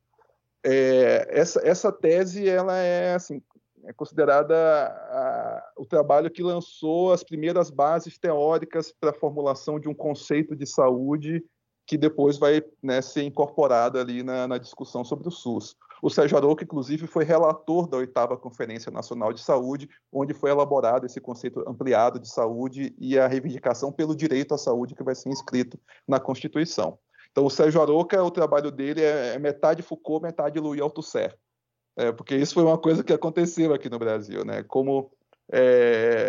Essa tese ela é considerada o trabalho que lançou as primeiras bases teóricas para a formulação de um conceito de saúde que depois vai, né, ser incorporado ali na discussão sobre o SUS. O Sérgio Arouca, inclusive, foi relator da 8ª Conferência Nacional de Saúde, onde foi elaborado esse conceito ampliado de saúde e a reivindicação pelo direito à saúde que vai ser inscrito na Constituição. Então, o Sérgio Arouca, o trabalho dele é metade Foucault, metade Louis Althusser, porque isso foi uma coisa que aconteceu aqui no Brasil, né? Como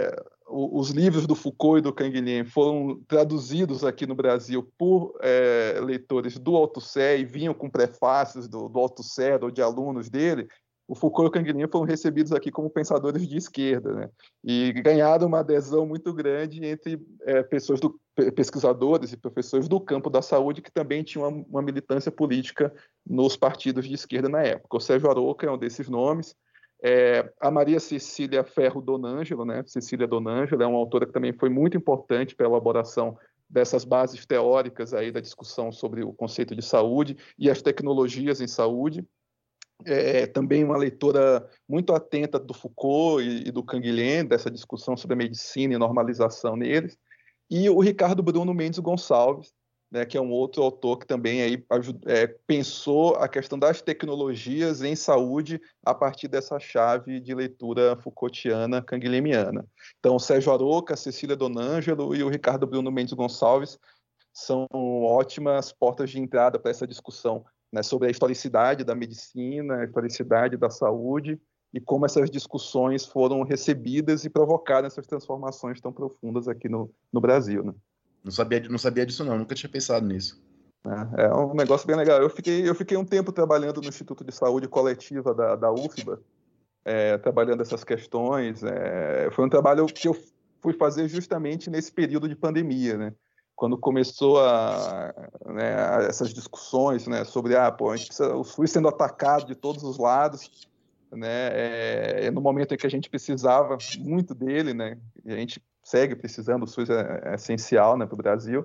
os livros do Foucault e do Canguilhem foram traduzidos aqui no Brasil por leitores do Althusser e vinham com prefácios do Althusser ou de alunos dele, o Foucault e o Canguilhem foram recebidos aqui como pensadores de esquerda, né? E ganharam uma adesão muito grande entre pesquisadores e professores do campo da saúde que também tinham uma militância política nos partidos de esquerda na época. O Sérgio Aroca é um desses nomes. A Maria Cecília Ferro Donangelo, né? Cecília Donangelo é uma autora que também foi muito importante para a elaboração dessas bases teóricas aí da discussão sobre o conceito de saúde e as tecnologias em saúde. Também uma leitora muito atenta do Foucault e do Canguilhem, dessa discussão sobre a medicina e normalização neles. E o Ricardo Bruno Mendes Gonçalves, né, que é um outro autor que também aí pensou a questão das tecnologias em saúde a partir dessa chave de leitura Foucaultiana, canguilhemiana. Então, o Sérgio Aroca, a Cecília Donangelo e o Ricardo Bruno Mendes Gonçalves são ótimas portas de entrada para essa discussão, né, sobre a historicidade da medicina, a historicidade da saúde e como essas discussões foram recebidas e provocaram essas transformações tão profundas aqui no Brasil, né? Não sabia disso não, nunca tinha pensado nisso. É um negócio bem legal. Eu fiquei um tempo trabalhando no Instituto de Saúde Coletiva da UFBA, trabalhando essas questões. Foi um trabalho que eu fui fazer justamente nesse período de pandemia, né? Quando começou essas discussões, né, sobre o SUS sendo atacado de todos os lados, né, no momento em que a gente precisava muito dele, né, e a gente segue precisando, o SUS é essencial, né, para o Brasil.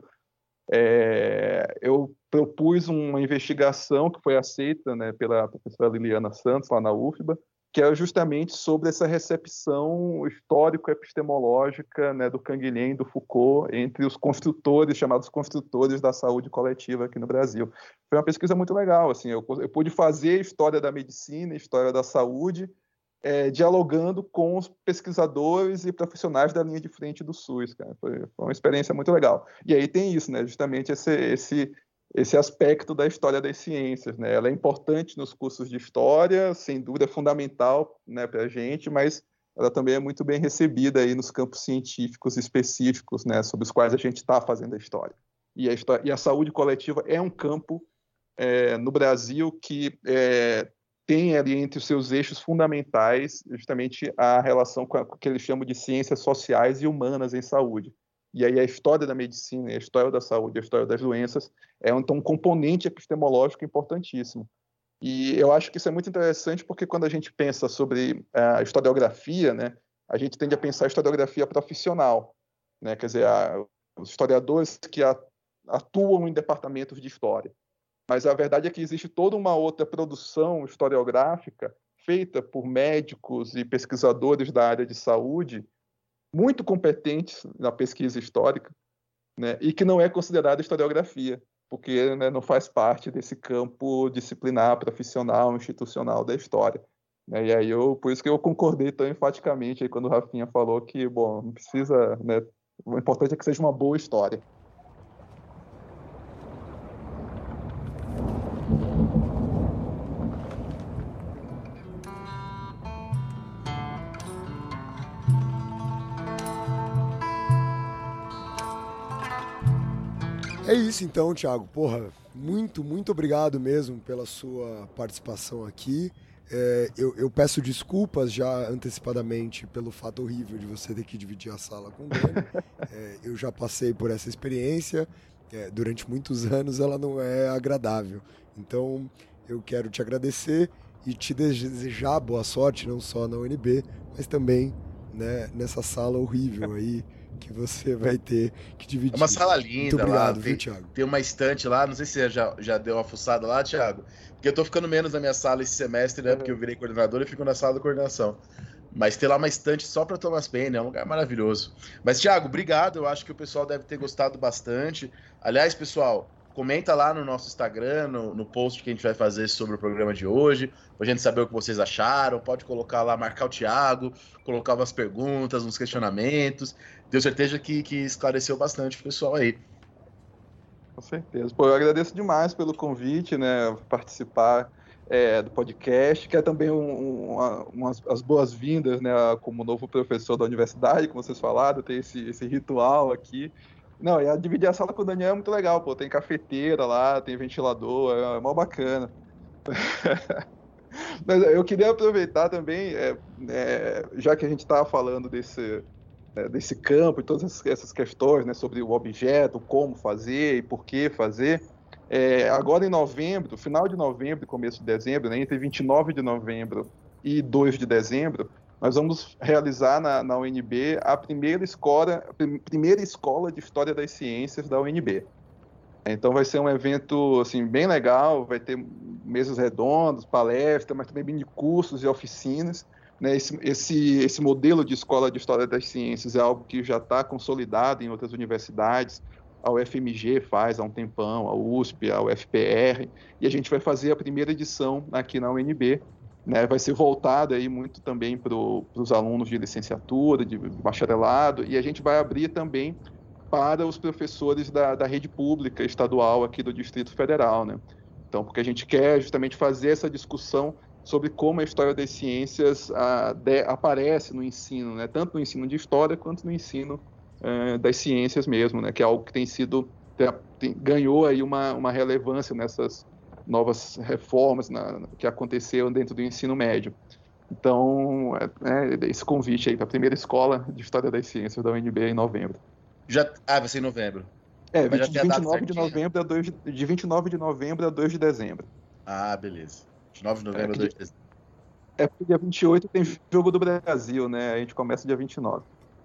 Eu propus uma investigação que foi aceita, né, pela professora Liliana Santos, lá na UFBA, que é justamente sobre essa recepção histórico-epistemológica, né, do Canguilhem e do Foucault entre os construtores, chamados construtores da saúde coletiva aqui no Brasil. Foi uma pesquisa muito legal, assim, eu pude fazer história da medicina, história da saúde, dialogando com os pesquisadores e profissionais da linha de frente do SUS, cara. Foi uma experiência muito legal. E aí tem isso, né, justamente esse aspecto da história das ciências, né? Ela é importante nos cursos de história, sem dúvida é fundamental, né, para a gente, mas ela também é muito bem recebida aí nos campos científicos específicos, né, sobre os quais a gente está fazendo a história. E a saúde coletiva é um campo no Brasil que tem ali entre os seus eixos fundamentais justamente a relação com o que eles chamam de ciências sociais e humanas em saúde. E aí a história da medicina, a história da saúde, a história das doenças então um componente epistemológico importantíssimo. E eu acho que isso é muito interessante porque quando a gente pensa sobre a historiografia, né, a gente tende a pensar a historiografia profissional, né, quer dizer, os historiadores que atuam em departamentos de história. Mas a verdade é que existe toda uma outra produção historiográfica feita por médicos e pesquisadores da área de saúde muito competentes na pesquisa histórica, né, e que não é considerada historiografia, porque, né, não faz parte desse campo disciplinar, profissional, institucional da história. E aí por isso que eu concordei tão enfaticamente aí quando o Rafinha falou que, bom, não precisa, né, o importante é que seja uma boa história. É isso então, Thiago. Porra, muito, muito obrigado mesmo pela sua participação aqui. Eu peço desculpas já antecipadamente pelo fato horrível de você ter que dividir a sala com o Dani. Eu já passei por essa experiência. Durante muitos anos ela não é agradável. Então eu quero te agradecer e te desejar boa sorte, não só na UNB, mas também, né, nessa sala horrível aí que você vai ter que dividir. É uma sala linda. Muito obrigado, lá. Viu, Thiago? Tem uma estante lá, não sei se você já deu uma fuçada lá, Thiago, porque eu tô ficando menos na minha sala esse semestre, né, porque eu virei coordenador e fico na sala da coordenação. Mas tem lá uma estante só para Thomas Paine, é um lugar maravilhoso. Mas, Thiago, obrigado, eu acho que o pessoal deve ter gostado bastante. Aliás, pessoal, comenta lá no nosso Instagram, no post que a gente vai fazer sobre o programa de hoje, pra gente saber o que vocês acharam. Pode colocar lá, marcar o Thiago, colocar umas perguntas, uns questionamentos. Tenho certeza que esclareceu bastante o pessoal aí. Com certeza. Pô, eu agradeço demais pelo convite, né, participar do podcast. Quero também as boas-vindas, né, como novo professor da universidade, como vocês falaram, tem esse ritual aqui. Não, e dividir a sala com o Daniel é muito legal, pô. Tem cafeteira lá, tem ventilador, é mó bacana. Mas eu queria aproveitar também, já que a gente estava falando desse campo e todas essas questões, né, sobre o objeto, como fazer e por que fazer. Agora em novembro, final de novembro e começo de dezembro, né, entre 29 de novembro e 2 de dezembro, nós vamos realizar na UNB a primeira escola de História das Ciências da UNB. Então vai ser um evento assim, bem legal, vai ter mesas redondas, palestras, mas também mini cursos e oficinas. Né? Esse modelo de escola de História das Ciências é algo que já está consolidado em outras universidades. A UFMG faz há um tempão, a USP, a UFPR, e a gente vai fazer a primeira edição aqui na UNB. Né? Vai ser voltada aí muito também para os alunos de licenciatura, de bacharelado, e a gente vai abrir também para os professores da rede pública estadual aqui do Distrito Federal, né? Então, porque a gente quer justamente fazer essa discussão sobre como a história das ciências aparece no ensino, né? Tanto no ensino de história quanto no ensino das ciências mesmo, né? Que é algo que ganhou aí uma relevância nessas novas reformas que aconteceram dentro do ensino médio. Então, esse convite aí para a primeira escola de História das Ciências da UNB em novembro. Vai ser em novembro. De 29 de novembro a 2 de dezembro. Ah, beleza. 29 de novembro a 2 de dezembro. Porque dia 28 tem Jogo do Brasil, né? A gente começa dia 29.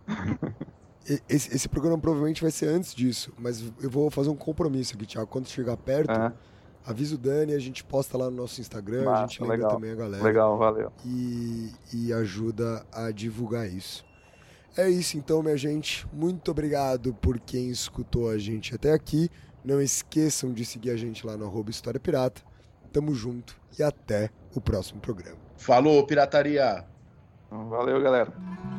Esse programa provavelmente vai ser antes disso, mas eu vou fazer um compromisso aqui, Thiago. Quando chegar perto, avisa o Dani, a gente posta lá no nosso Instagram, a gente lembra também a galera. Legal, valeu. E ajuda a divulgar isso. É isso então, minha gente. Muito obrigado por quem escutou a gente até aqui. Não esqueçam de seguir a gente lá no @História Pirata. Tamo junto e até o próximo programa. Falou, pirataria! Valeu, galera.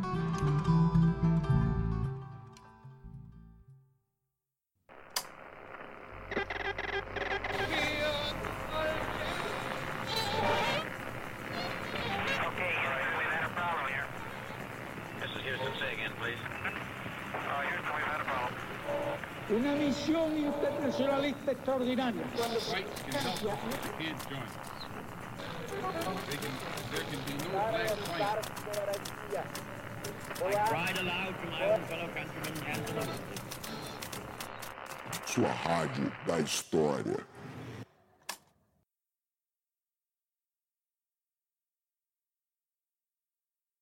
Una misión internacionalista extraordinaria. Fights can help if you can't join us. There can be no flag fight. I cried aloud to my own fellow countrymen and to the Sua rádio da história.